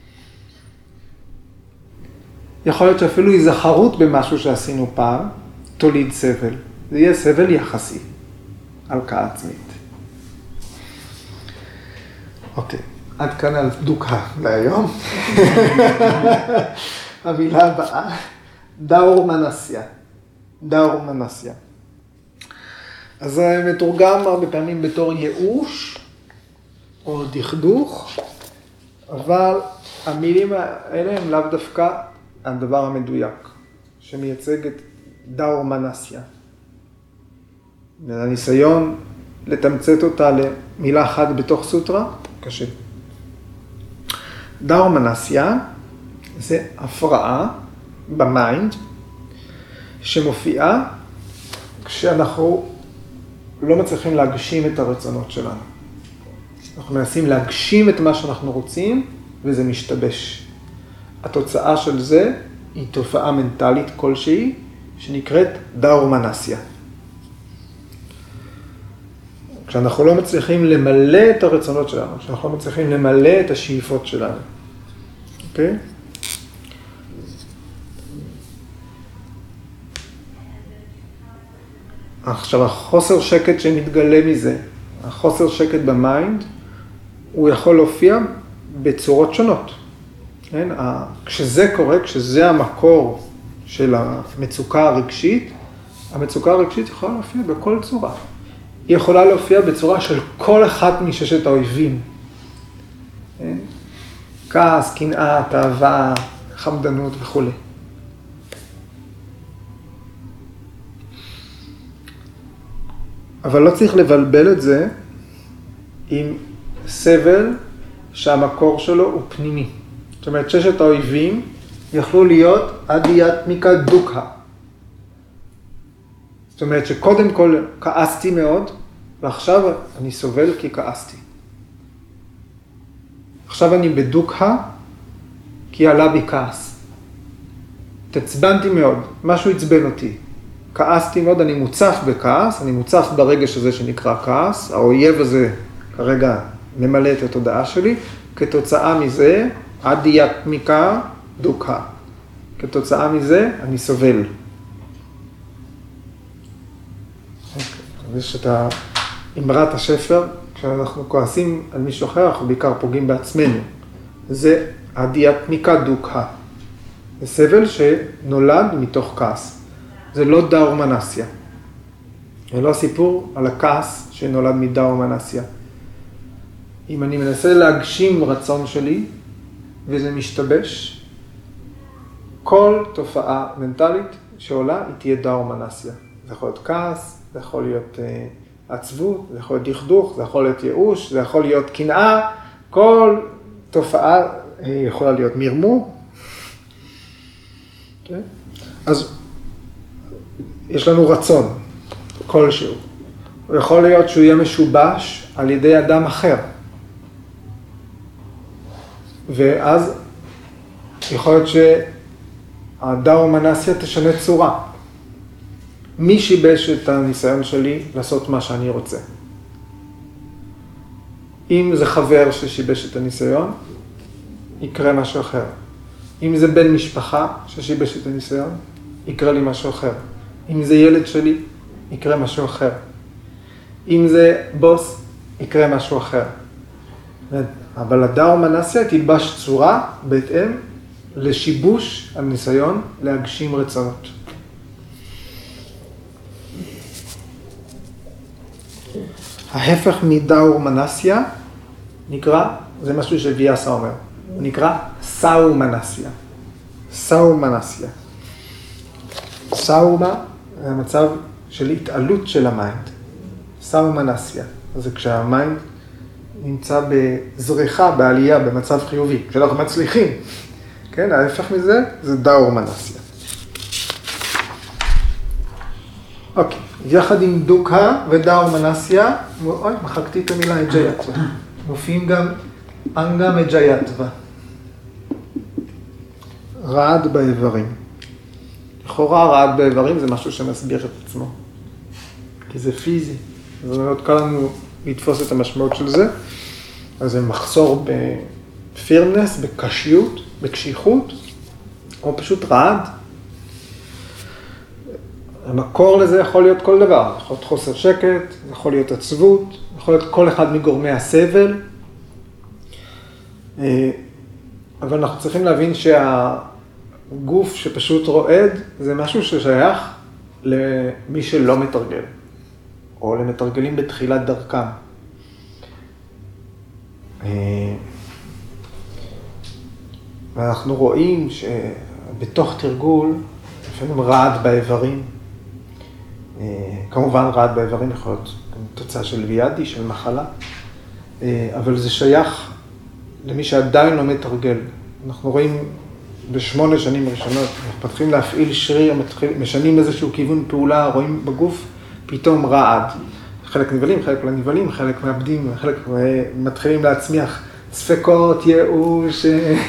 יכול להיות שאפילו היזכרות במשהו שעשינו פעם, תוליד סבל. זה יהיה סבל יחסי, הלקאה עצמית. אוקיי, עד כאן על דוקה להיום. המילה הבאה, דאור מנסיה. דאור מנסיה. אז זה מתורגם הרבה פעמים בתור ייאוש או דכדוך, אבל המילים האלה הם לאו דווקא הדבר המדויק, שמייצג את דאור מנסיה. הניסיון לתמצת אותה למילה אחת בתוך סוטרה, קשה. דאורמנסיה זה הפרעה במיינד שמופיעה כשאנחנו לא מצליחים להגשים את הרצונות שלנו. אנחנו מנסים להגשים את מה שאנחנו רוצים וזה משתבש. התוצאה של זה היא תופעה מנטלית כלשהי שנקראת דאורמנסיה. כשאנחנו לא מצליחים למלא את הרצונות שלנו, כשאנחנו לא מצליחים למלא את השאיפות שלנו. אוקיי? עכשיו, החוסר שקט שמתגלה מזה, החוסר שקט במיינד, הוא יכול להופיע בצורות שונות. כן? כשזה קורה, כשזה המקור של המצוקה הרגשית, המצוקה הרגשית יכולה להופיע בכל צורה. היא יכולה להופיע בצורה של כל אחת מששת האויבים. כן? כעס, קנאה, תאווה, חמדנות וכו'. אבל לא צריך לבלבל את זה עם סבל שהמקור שלו הוא פנימי. זאת אומרת, ששת האויבים יכלו להיות אדיאטמיקה דוקה. זאת אומרת שקודם כל כעסתי מאוד, ועכשיו אני סובל כי כעסתי. עכשיו אני בדוקה כי עלה בי כעס. תצבנתי מאוד, משהו עצבן אותי. כעסתי מאוד, אני מוצף בכעס, אני מוצף ברגש הזה שנקרא כעס, האויב הזה כרגע ממלא את התודעה שלי, כתוצאה מזה, אדיאטמיקה דוקה. כתוצאה מזה, אני סובל. יש את אמרת השפר, כשאנחנו כועסים על מישהו אחר, אנחנו בעיקר פוגעים בעצמנו. זה אדיאטמיקה דוקה. זה סבל שנולד מתוך כעס. זה לא דאורמנסיה. זה לא הסיפור על הכעס שנולד מדאורמנסיה. אם אני מנסה להגשים רצון שלי, וזה משתבש, כל תופעה מנטלית שעולה היא תהיה דאורמנסיה. זה יכול להיות כעס, זה יכול להיות עצבות, זה יכול להיות דכדוך, זה יכול להיות ייאוש, זה יכול להיות קנאה, כל תופעה יכולה להיות מרמור. Okay. אז יש לנו רצון כלשהו. הוא יכול להיות שהוא יהיה משובש על ידי אדם אחר. ואז יכול להיות שהדאורמנסיה תשנה צורה. מי שיבש את הניסיון שלי לעשות מה שאני רוצה? אם זה חבר ששיבש את הניסיון, יקרה משהו אחר. אם זה בן משפחה ששיבש את הניסיון, יקרה לי משהו אחר. אם זה ילד שלי, יקרה משהו אחר. אם זה בוס, יקרה משהו אחר. אבל הדאורמנסיה תלבש צורה בהתאם לשיבוש הניסיון להגשים רצונות. ההפך מדאורמנסיה נקרא, זה משהו שוויאסה אומר, הוא נקרא סאומנסיה. סאומנסיה. סאומה זה מצב של התעלות של המיינד. סאומנסיה. זה כשהמיינד נמצא בזריחה, בעלייה, במצב חיובי. כשאנחנו מצליחים. כן, ההפך מזה זה דאורמנסיה. אוקיי. יחד עם דוקה ודאורמנסיה, אוי, מחקתי את המילה אג'ייתווה. מופיעים גם אנגה מג'ייתווה. רעד באיברים. לכאורה רעד באיברים זה משהו שמסביר את עצמו. כי זה פיזי. זה מאוד קל לנו לתפוס את המשמעות של זה. אז זה מחסור בפירמנס, בקשיות, בקשיחות, או פשוט רעד. המקור לזה יכול להיות כל דבר. יכול להיות חוסר שקט, יכול להיות עצבות, יכול להיות כל אחד מגורמי הסבל. אבל אנחנו צריכים להבין שהגוף שפשוט רועד, זה משהו ששייך למי שלא מתרגל, או למתרגלים בתחילת דרכם. ואנחנו רואים שבתוך תרגול, לפעמים רעד באיברים, כמובן רעד באיברים יכול להיות תוצאה של ויאדי, של מחלה, אבל זה שייך למי שעדיין לא מתרגל. אנחנו רואים ב8 שנים הראשונות, אנחנו מתחילים להפעיל שריר, משנים איזשהו כיוון פעולה, רואים בגוף פתאום רעד. חלק נבלים, חלק לא נבלים, חלק מאבדים, חלק מתחילים להצמיח ספקות, ייאוש,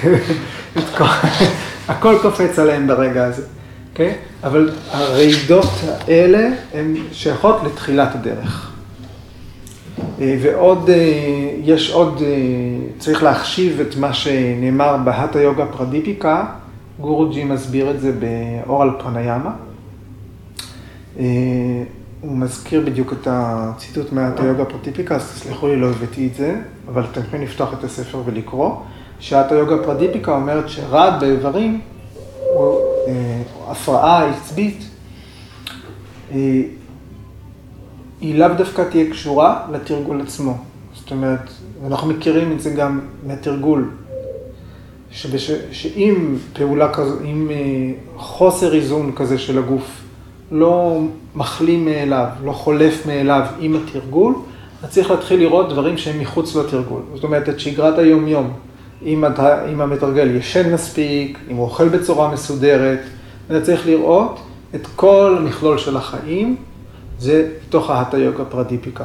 הכל קופץ עליהם ברגע הזה. Okay? אבל הרעידות האלה הן שייכות לתחילת הדרך. ועוד, יש עוד, צריך להחשיב את מה שנאמר בהטה יוגה פרדיפיקה, גורוג'י מסביר את זה באור על פרניאמה. הוא מזכיר בדיוק את הציטוט מהטה יוגה פרדיפיקה, אז תסלחו לי, לא הבאתי את זה, אבל אתם יכולים לפתוח את הספר ולקרוא, שהטה יוגה פרדיפיקה אומרת שרעד באיברים, הוא הפרעה עצבית, היא לאו דווקא תהיה קשורה לתרגול עצמו. זאת אומרת, ואנחנו מכירים את זה גם מהתרגול, שאם פעולה כזו, אם חוסר איזון כזה של הגוף לא מחלים מאליו, לא חולף מאליו עם התרגול, אז צריך להתחיל לראות דברים שהם מחוץ לתרגול. זאת אומרת, את שגרת היום-יום, אם המתרגל ישן מספיק, אם הוא אוכל בצורה מסודרת, אתה צריך לראות את כל המכלול של החיים, זה בתוך ההטה יוגה פרדיפיקה.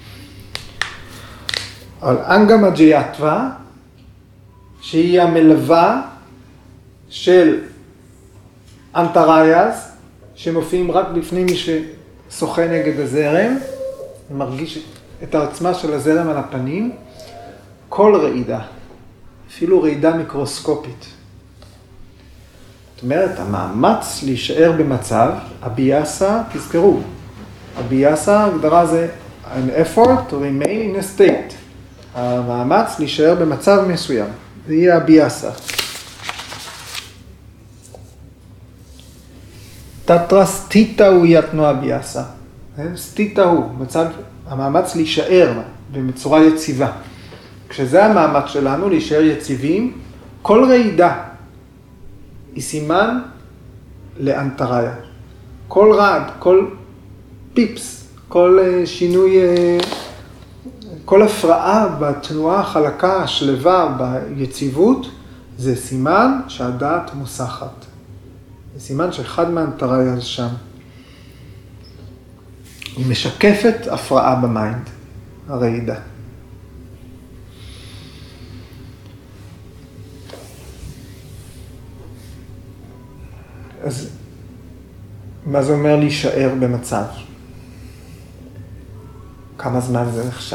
אבל אנגה מג'יאטווה, שהיא המלווה של אנטרייז, שמופיעים רק בפני מי ששוחה נגד הזרם, מרגיש את העוצמה של הזרם על הפנים, כל רעידה, אפילו רעידה מיקרוסקופית. זאת אומרת, המאמץ להישאר במצב, הביאסה, תזכרו, הביאסה, ההגדרה זה an effort to remain in a state. המאמץ להישאר במצב מסוים. זה יהיה הביאסה. תטרה סטיטה הוא יתנו הביאסה. סטיטה הוא, המאמץ להישאר בצורה יציבה. כשזה המאמץ שלנו, להישאר יציבים, כל רעידה היא סימן לאנטריה. כל רעד, כל פיפס, כל שינוי, כל הפרעה בתנועה החלקה, השלווה, ביציבות, זה סימן שהדעת מוסחת. זה סימן שאחד מהאנטריה זה שם. היא משקפת הפרעה במיינד, הרעידה. אז מה זה אומר להישאר במצב? כמה זמן זה נחשב?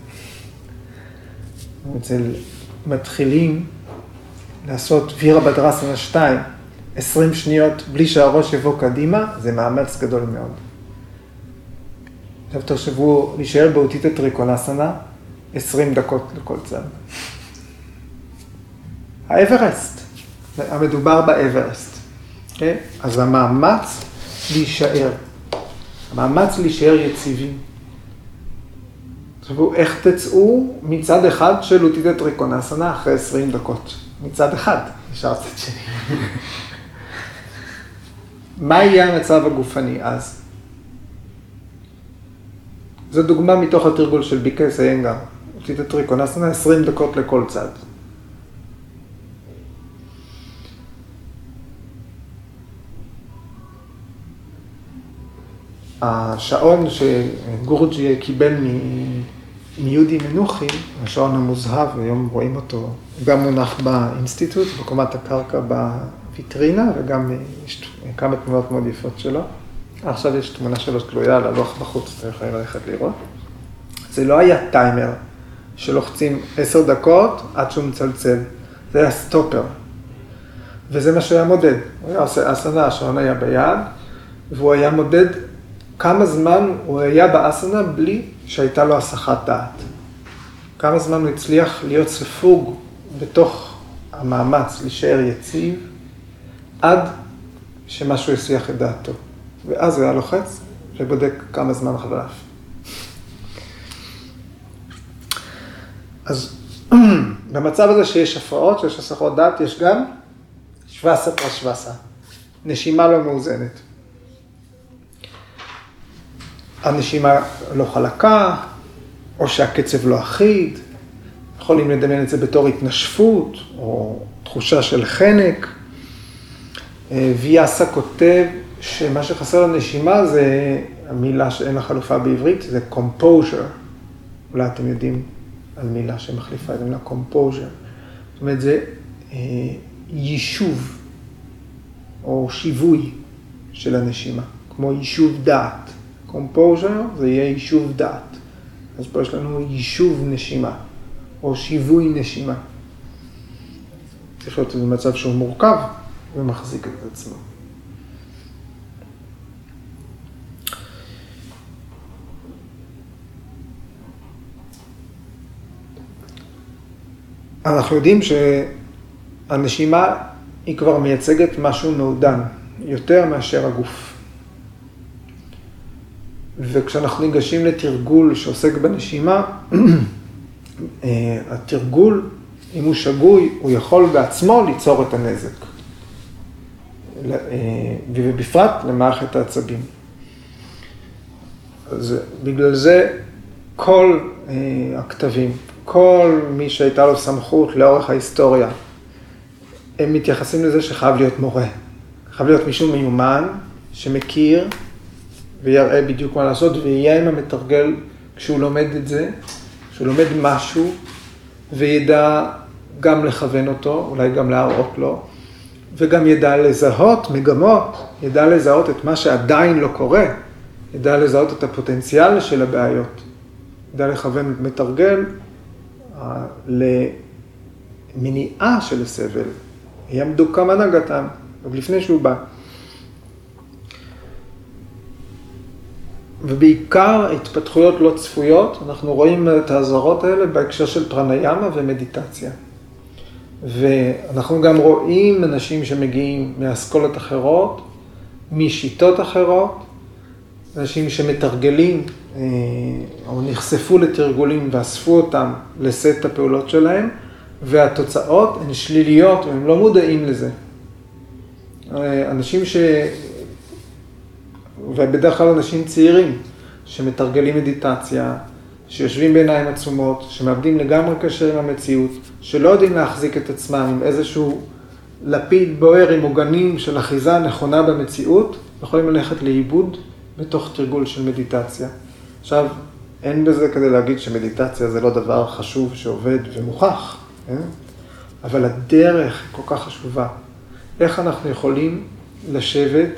אצל מתחילים לעשות וירה בדרסנה 2, 20 שניות בלי שהראש יבוא קדימה, זה מאמץ גדול מאוד. עכשיו תחשבו, להישאר באותית הטריקונסנה, 20 דקות לכל צד. האברסט, המדובר באברסט. Okay? אז המאמץ להישאר, המאמץ להישאר יציבים. תחשבו, איך תצאו מצד אחד של אותית הטריקונסנה אחרי 20 דקות? מצד אחד, נשאר צד שני. מה יהיה המצב הגופני אז? זו דוגמה מתוך התרגול של ביקס איינגר. אותית הטריקונסנה 20 דקות לכל צד. השעון שגורוג'י קיבל מיהודי מנוחי, השעון המוזהב, היום רואים אותו, גם מונח באינסטיטוט, בקומת הקרקע בוויטרינה, וגם יש כמה תמונות מאוד יפות שלו. עכשיו יש תמונה שלו תלויה על הלוח בחוץ, אתם יכולים ללכת לראות. זה לא היה טיימר שלוחצים 10 דקות עד שהוא מצלצל, זה היה סטופר. וזה מה שהיה מודד. הוא היה עושה אסנה, השעון היה ביד, והוא היה מודד כמה זמן הוא היה באסנה בלי שהייתה לו הסחת דעת. כמה זמן הוא הצליח להיות ספוג בתוך המאמץ, להישאר יציב, עד שמשהו יסיח את דעתו. ואז הוא היה לוחץ ובודק כמה זמן חלף. אז במצב הזה שיש הפרעות, שיש הסחות דעת, יש גם שווסה פרשווסה, נשימה לא מאוזנת. הנשימה לא חלקה, או שהקצב לא אחיד. יכולים לדמיין את זה בתור התנשפות, או תחושה של חנק. ויאסה כותב שמה שחסר לנשימה זה המילה שאין לה חלופה בעברית, זה composure. אולי אתם יודעים על מילה שמחליפה את המילה composure. זאת אומרת, זה יישוב או שיווי של הנשימה, כמו יישוב דעת. composure זה יהיה יישוב דעת. אז פה יש לנו יישוב נשימה, או שיווי נשימה. צריך להיות במצב שהוא מורכב ומחזיק את עצמו. אנחנו יודעים שהנשימה היא כבר מייצגת משהו מעודן, יותר מאשר הגוף. וכשאנחנו ניגשים לתרגול שעוסק בנשימה, התרגול, אם הוא שגוי, הוא יכול בעצמו ליצור את הנזק. ובפרט למערכת העצבים. אז בגלל זה כל הכתבים, כל מי שהייתה לו סמכות לאורך ההיסטוריה, הם מתייחסים לזה שחייב להיות מורה. חייב להיות מישהו מיומן שמכיר ויראה בדיוק מה לעשות, ויהיה עם המתרגל כשהוא לומד את זה, כשהוא לומד משהו, וידע גם לכוון אותו, אולי גם להראות לו, וגם ידע לזהות מגמות, ידע לזהות את מה שעדיין לא קורה, ידע לזהות את הפוטנציאל של הבעיות, ידע לכוון את מתרגל למניעה של הסבל, יעמדו כמה נגתם, לפני שהוא בא. ובעיקר התפתחויות לא צפויות, אנחנו רואים את האזהרות האלה בהקשר של פרניאמה ומדיטציה. ואנחנו גם רואים אנשים שמגיעים מאסכולות אחרות, משיטות אחרות, אנשים שמתרגלים או נחשפו לתרגולים ואספו אותם לסט הפעולות שלהם, והתוצאות הן שליליות והם לא מודעים לזה. אנשים ובדרך כלל אנשים צעירים שמתרגלים מדיטציה, שיושבים בעיניים עצומות, שמאבדים לגמרי קשר עם המציאות, שלא יודעים להחזיק את עצמם עם איזשהו לפיד בוער עם עוגנים של אחיזה נכונה במציאות, יכולים ללכת לאיבוד בתוך תרגול של מדיטציה. עכשיו, אין בזה כדי להגיד שמדיטציה זה לא דבר חשוב שעובד ומוכח, אבל הדרך כל כך חשובה. איך אנחנו יכולים לשבת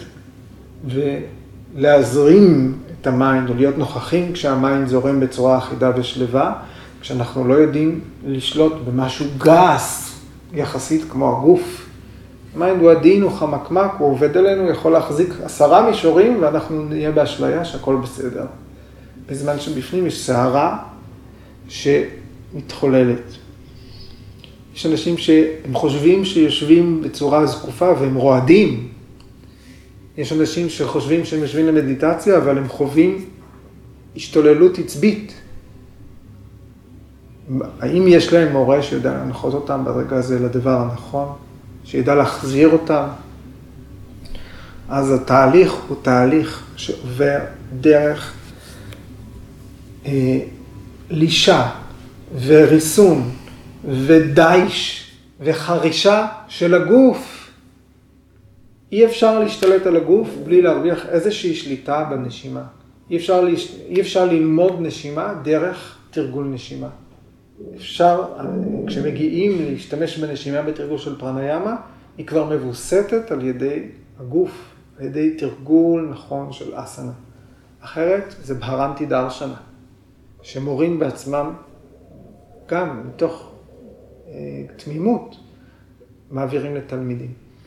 ולהזרים את המים, או להיות נוכחים כשהמים זורם בצורה אחידה ושלווה, כשאנחנו לא יודעים לשלוט במשהו גס יחסית כמו הגוף. המים הוא עדין, הוא חמקמק, הוא עובד עלינו, יכול להחזיק 10 מישורים ואנחנו נהיה באשליה שהכל בסדר. בזמן שבפנים יש סערה שמתחוללת. יש אנשים שהם חושבים שיושבים בצורה זקופה והם רועדים. יש אנשים שחושבים שהם יושבים למדיטציה, אבל הם חווים השתוללות עצבית. האם יש להם מורה שיודע להנחות אותם ברגע הזה לדבר הנכון, שידע להחזיר אותם? אז התהליך הוא תהליך שעובר דרך לישה וריסון ודייש וחרישה של הגוף. אי אפשר להשתלט על הגוף בלי להרוויח איזושהי שליטה בנשימה. אי אפשר ללמוד נשימה דרך תרגול נשימה. אפשר, כשמגיעים להשתמש בנשימה בתרגול של פרניאמה, היא כבר מבוסתת על ידי הגוף, על ידי תרגול נכון של אסנה. אחרת זה בהרנטי דרשנה, שמורים בעצמם גם מתוך תמימות מעבירים לתלמידים.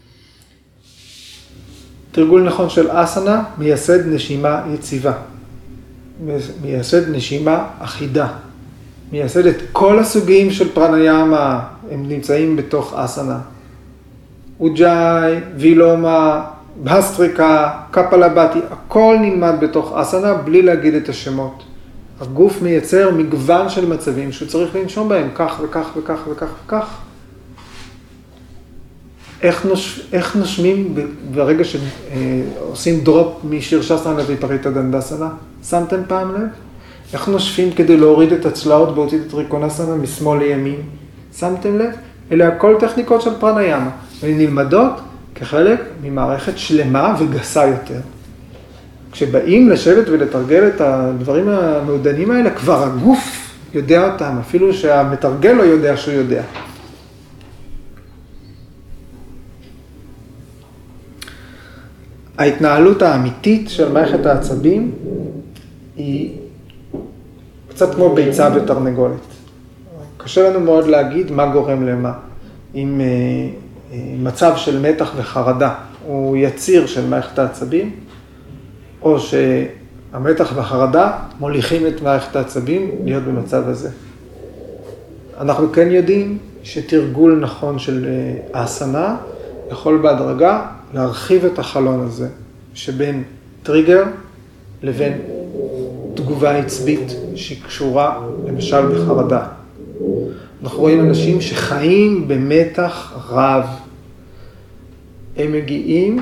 תרגול נכון של אסנה מייסד נשימה יציבה, מייסד נשימה אחידה, מייסד את כל הסוגים של פרניאמה, הם נמצאים בתוך אסנה. אוג'אי, וילומה, בהסטריקה, קפלבטי, הכל נלמד בתוך אסנה בלי להגיד את השמות. הגוף מייצר מגוון של מצבים שהוא צריך לנשום בהם, כך וכך וכך וכך וכך. איך נושמים ברגע שעושים דרופ משירשסנה לויפריטה דנדסנה? שמתם פעם לב? איך נושפים כדי להוריד את הצלעות באותית טריקונסנה משמאל לימין? שמתם לב? אלה הכל טכניקות של פרניאמה, והן נלמדות כחלק ממערכת שלמה וגסה יותר. כשבאים לשבת ולתרגל את הדברים המעודנים האלה, כבר הגוף יודע אותם, אפילו שהמתרגל לא יודע שהוא יודע. ההתנהלות האמיתית של מערכת העצבים היא קצת כמו ביצה ותרנגולת. קשה לנו מאוד להגיד מה גורם למה. אם מצב של מתח וחרדה הוא יציר של מערכת העצבים, או שהמתח והחרדה מוליכים את מערכת העצבים להיות במצב הזה. אנחנו כן יודעים שתרגול נכון של האסנה יכול בהדרגה להרחיב את החלון הזה, שבין טריגר לבין תגובה עצבית שהיא קשורה למשל בחרדה. אנחנו רואים אנשים שחיים במתח רב. הם מגיעים,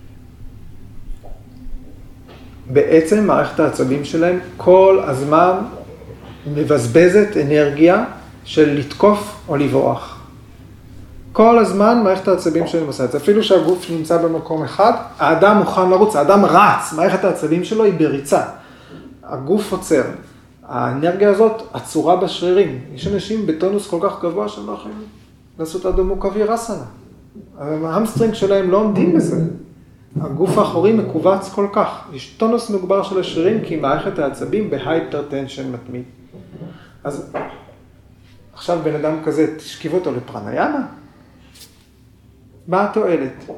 בעצם מערכת העצבים שלהם כל הזמן מבזבזת אנרגיה של לתקוף או לברוח. כל הזמן מערכת העצבים שלהם עושה את זה. אפילו שהגוף נמצא במקום אחד, האדם מוכן לרוץ, האדם רץ, מערכת העצבים שלו היא בריצה. הגוף עוצר. האנרגיה הזאת עצורה בשרירים. יש אנשים בטונוס כל כך גבוה שהם לא יכולים לעשות אדו מוקווירסנה. ההמסטרינג שלהם לא עומדים בזה. הגוף האחורי מקובץ כל כך. יש טונוס מוגבר של השרירים כי מערכת העצבים בהייפרטנשן מתמיד. אז עכשיו בן אדם כזה, תשכיב אותו לפרניאמה? מה התועלת?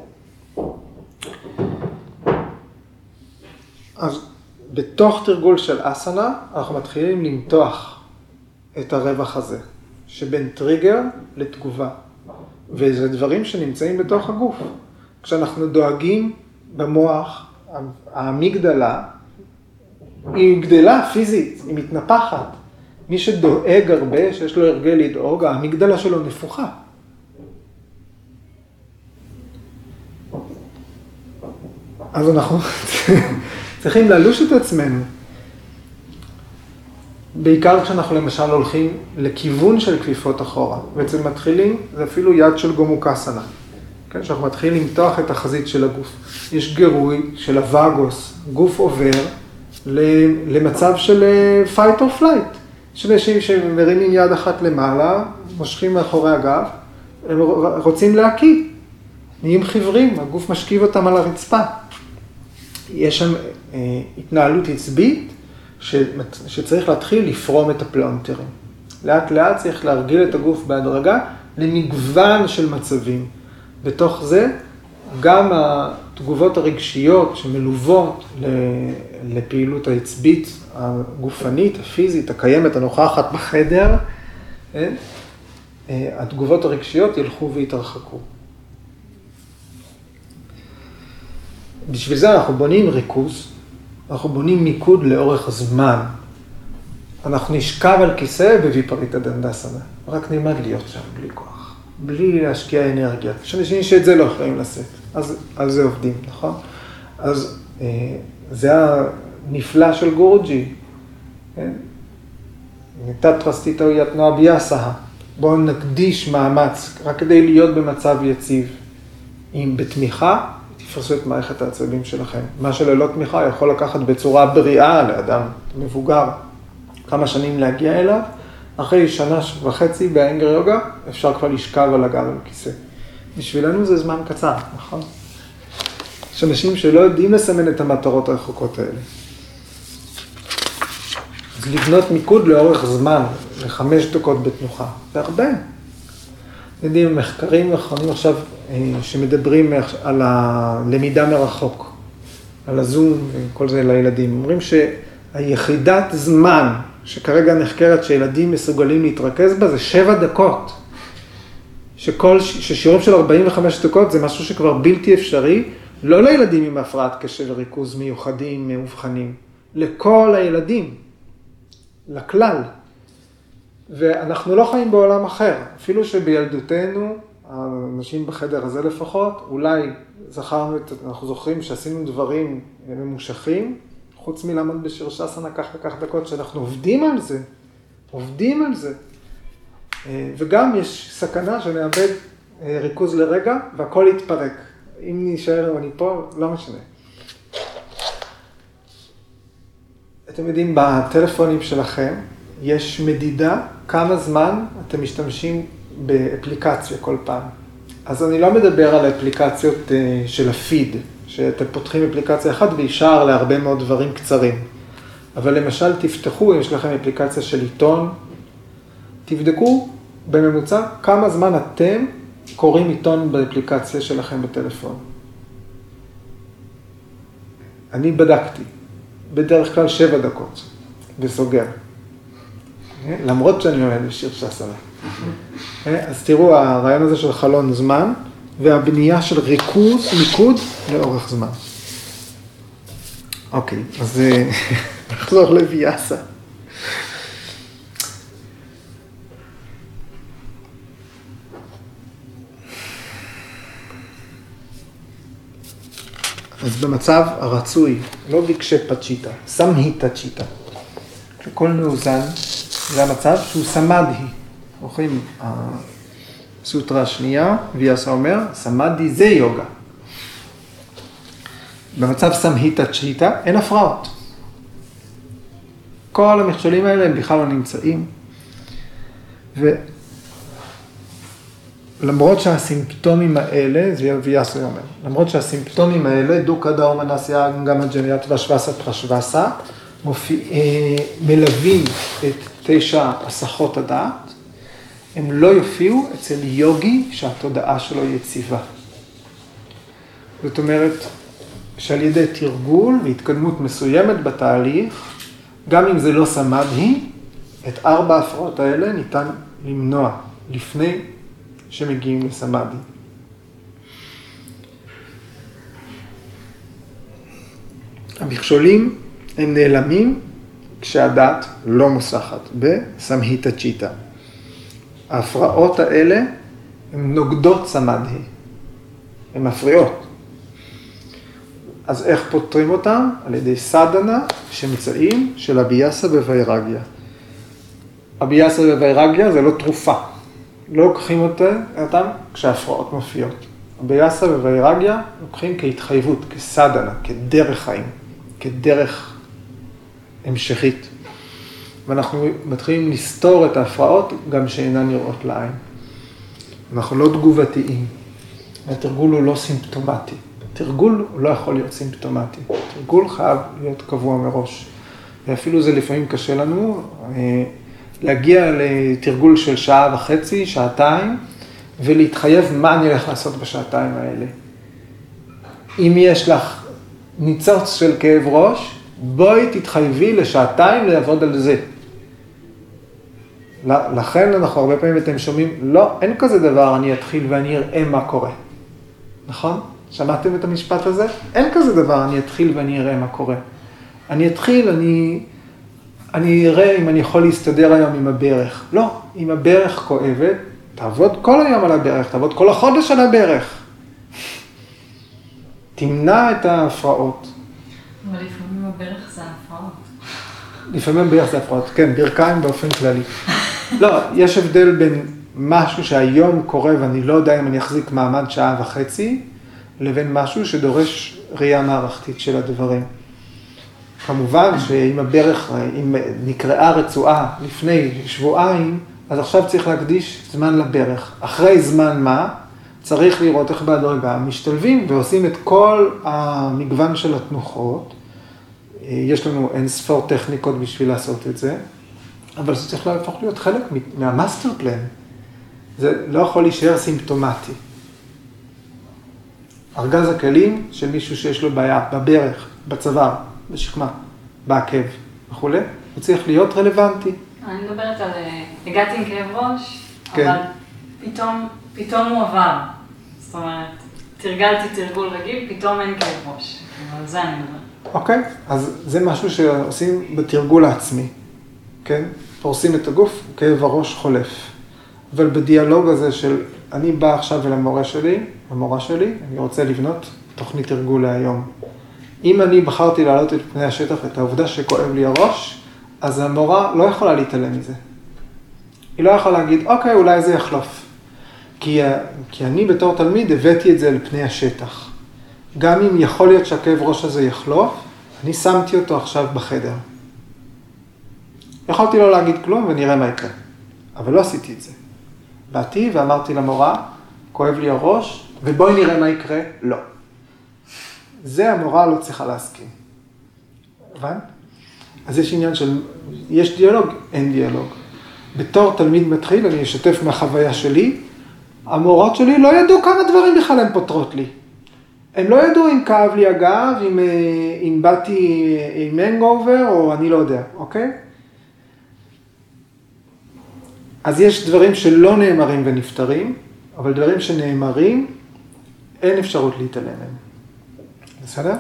אז בתוך תרגול של אסנה, אנחנו מתחילים למתוח את הרווח הזה, שבין טריגר לתגובה. וזה דברים שנמצאים בתוך הגוף. כשאנחנו דואגים במוח, האמיגדלה, היא גדלה פיזית, היא מתנפחת. מי שדואג הרבה, שיש לו הרגל לדאוג, האמיגדלה שלו נפוחה. אז אנחנו צריכים ללוש את עצמנו. בעיקר כשאנחנו למשל הולכים לכיוון של כפיפות אחורה. בעצם מתחילים, זה אפילו יד של גומוקסנה. כן? שאנחנו מתחילים למתוח את החזית של הגוף. יש גירוי של הווגוס, גוף עובר למצב של fight or flight. יש אנשים שמרימים יד אחת למעלה, מושכים מאחורי הגב, הם רוצים להקיא. נהיים חיוורים, הגוף משכיב אותם על הרצפה. יש שם התנהלות עצבית שצריך להתחיל לפרום את הפלונטרים. לאט לאט צריך להרגיל את הגוף בהדרגה למגוון של מצבים. בתוך זה גם התגובות הרגשיות שמלוות לפעילות העצבית, הגופנית, הפיזית, הקיימת, הנוכחת בחדר, התגובות הרגשיות ילכו והתרחקו. בשביל זה אנחנו בונים ריכוז, אנחנו בונים מיקוד לאורך הזמן. אנחנו נשכב על כיסא בוויפריטה דנדסנה, רק נלמד להיות שם בלי כוח, בלי להשקיע אנרגיה. יש אנשים שאת זה לא יכולים לשאת, אז על זה עובדים, נכון? אז זה הנפלא של גורג'י. תת-טרסטיתו יתנוע ביאסה. בואו נקדיש מאמץ רק כדי להיות במצב יציב. אם בתמיכה, תפרסו את מערכת העצבים שלכם. מה שללא תמיכה יכול לקחת בצורה בריאה לאדם מבוגר. כמה שנים להגיע אליו, אחרי שנה וחצי באנגר יוגה, אפשר כבר לשכב על הגב בכיסא. בשבילנו זה זמן קצר, נכון? יש אנשים שלא יודעים לסמן את המטרות הרחוקות האלה. אז לבנות מיקוד לאורך זמן, ל5 דקות בתנוחה. זה הרבה. יודעים, מחקרים נכונים עכשיו שמדברים על הלמידה מרחוק, על הזום וכל זה לילדים. אומרים שהיחידת זמן שכרגע נחקרת שילדים מסוגלים להתרכז בה זה 7 דקות. ששיעורים של 45 דקות זה משהו שכבר בלתי אפשרי, לא לילדים עם הפרעת קשב וריכוז מיוחדים, מאובחנים, לכל הילדים, לכלל. ואנחנו לא חיים בעולם אחר, אפילו שבילדותנו האנשים בחדר הזה לפחות, אולי אנחנו זוכרים שעשינו דברים ממושכים, חוץ מלעמוד בשירשסנה כך וכך דקות, שאנחנו עובדים על זה. וגם יש סכנה שנאבד ריכוז לרגע והכל יתפרק. אם נשאר או אני פה, לא משנה. אתם יודעים, בטלפונים שלכם יש מדידה כמה זמן אתם משתמשים באפליקציה כל פעם. אז אני לא מדבר על האפליקציות של הפיד, שאתם פותחים אפליקציה אחת וישר להרבה מאוד דברים קצרים. אבל למשל תפתחו, אם יש לכם אפליקציה של עיתון, תבדקו בממוצע כמה זמן אתם קוראים עיתון באפליקציה שלכם בטלפון. אני בדקתי, בדרך כלל 7 דקות, וסוגר. למרות שאני עומד בשירשסנה. אז תראו, הרעיון הזה של חלון זמן, והבנייה של מיקוד לאורך זמן. אוקיי, אז נחזור לויאסה. אז במצב הרצוי, לא ביקשי פצ'יטה, סמהיטה צ'יטה. כשכל מאוזן, זה המצב שהוא סמדהי. הולכים, הסוטרה השנייה, ויאסה אומר, סמדהי זה יוגה. במצב סמהיטה צ'יטה אין הפרעות. כל המכשולים האלה הם בכלל לא נמצאים. למרות שהסימפטומים האלה, זה ויאסה אומר, למרות שהסימפטומים האלה, דוקה דאומה נעשיה גם הג'ניית והשווסה פרשווסה, מלווים את 9 הסחות הדעת, הם לא יופיעו אצל יוגי שהתודעה שלו יציבה. זאת אומרת, שעל ידי תרגול והתקדמות מסוימת בתהליך, גם אם זה לא סמדהי, את 4 ההפרעות האלה ניתן למנוע לפני שמגיעים לסמדהי. המכשולים הם נעלמים כשהדעת לא מוסחת, בסמהיטה צ'יטה. ההפרעות האלה הן נוגדות סמדהי, הן מפריעות. אז איך פותרים אותם? על ידי סדנה שמצאים של אביאסה ווירגיה. אביאסה ווירגיה זה לא תרופה, לא לוקחים אותם כשההפרעות מופיעות. אביאסה ווירגיה לוקחים כהתחייבות, כסדנה, כדרך חיים, כדרך המשכית. ואנחנו מתחילים לסתור את ההפרעות גם שאינן נראות לעין. אנחנו לא תגובתיים. התרגול הוא לא סימפטומטי. תרגול הוא לא יכול להיות סימפטומטי. תרגול חייב להיות קבוע מראש. ואפילו זה לפעמים קשה לנו להגיע לתרגול של 1.5 שעה, שעתיים, ולהתחייב מה אני הולך לעשות בשעתיים האלה. אם יש לך ניצוץ של כאב ראש, בואי תתחייבי לשעתיים לעבוד על זה. לכן אנחנו הרבה פעמים אתם שומעים, לא, אין כזה דבר, אני אתחיל ואני אראה מה קורה. נכון? שמעתם את המשפט הזה? אין כזה דבר, אני אתחיל ואני אראה מה קורה. אני אתחיל, אני אראה אם אני יכול להסתדר היום עם הברך. לא, אם הברך כואבת, תעבוד כל היום על הברך, תעבוד כל החודש על הברך. תמנע את ההפרעות. אבל לפעמים הברך זה הפרעות. לפעמים הברך זה הפרעות, כן, ברכיים באופן כללי. לא, יש הבדל בין משהו שהיום קורה ואני לא יודע אם אני אחזיק מעמד 1.5 שעה, לבין משהו שדורש ראייה מערכתית של הדברים. כמובן שאם הברך, אם נקראה רצועה לפני שבועיים, אז עכשיו צריך להקדיש זמן לברך. אחרי זמן מה, צריך לראות איך בהדרגה משתלבים ועושים את כל המגוון של התנוחות. יש לנו אין ספור טכניקות בשביל לעשות את זה, אבל זה צריך להפוך להיות חלק מהמאסטר פלן. זה לא יכול להישאר סימפטומטי. ארגז הכלים של מישהו שיש לו בעיה בברך, בצוואר, בשכמה, בעקב וכו', הוא צריך להיות רלוונטי. אני מדברת על, הגעתי עם כאב ראש, כן. אבל פתאום הוא עבר. זאת אומרת, תרגלתי תרגול רגיל, פתאום אין כאב ראש. אבל זה אני מדברת. אוקיי, אז זה משהו שעושים בתרגול העצמי, כן? פורסים את הגוף, כאב הראש חולף. אבל בדיאלוג הזה של אני בא עכשיו אל המורה שלי, אני רוצה לבנות תוכנית תרגול להיום. אם אני בחרתי להעלות את פני השטח את העובדה שכואב לי הראש, אז המורה לא יכולה להתעלם מזה. היא לא יכולה להגיד, אוקיי, אולי זה יחלוף. כי אני בתור תלמיד הבאתי את זה לפני השטח. גם אם יכול להיות שהכאב ראש הזה יחלוף, אני שמתי אותו עכשיו בחדר. יכולתי לא להגיד כלום ונראה מה יקרה. אבל לא עשיתי את זה. באתי ואמרתי למורה, כואב לי הראש, ובואי נראה מה יקרה. לא. זה המורה לא צריכה להסכים. הבנת? אז יש עניין של, יש דיאלוג, אין דיאלוג. בתור תלמיד מתחיל, אני אשתף מהחוויה שלי, המורות שלי לא ידעו כמה דברים בכלל הן פותרות לי. הם לא ידעו אם כאב לי הגב, אם באתי עם הנגאובר, או אני לא יודע, אוקיי? אז יש דברים שלא נאמרים ונפטרים, אבל דברים שנאמרים, אין אפשרות להתעלם מהם. בסדר?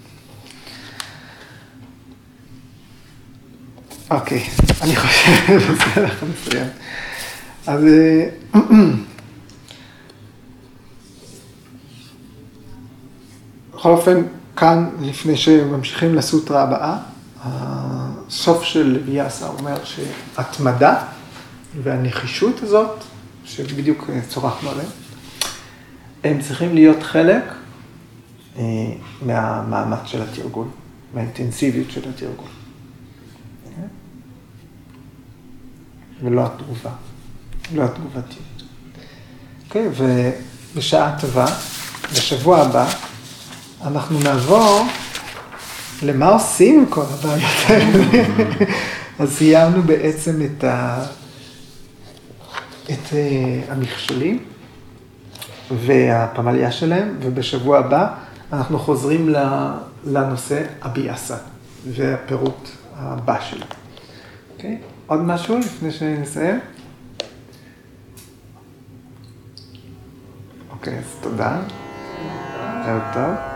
אוקיי, אני חושב, בסדר, אנחנו נסיים. אז בכל אופן, כאן, לפני שממשיכים לסוטרה הבאה, הסוף של ויאסה אומר שהתמדה והנחישות הזאת, שבדיוק צורחנו עליהם, הם צריכים להיות חלק מהמאמץ של התרגול, מהאינטנסיביות של התרגול. ולא התגובה, לא התגובתיות. אוקיי, ובשעה טובה, בשבוע הבא, אנחנו נעבור למה עושים עם כל הבעיות האלה. אז סיימנו בעצם את המכשולים והפמליה שלהם, ובשבוע הבא אנחנו חוזרים לנושא הביאסה והפירוט הבא שלו. אוקיי? עוד משהו לפני שנסיים? אוקיי, אז תודה. ערב טוב.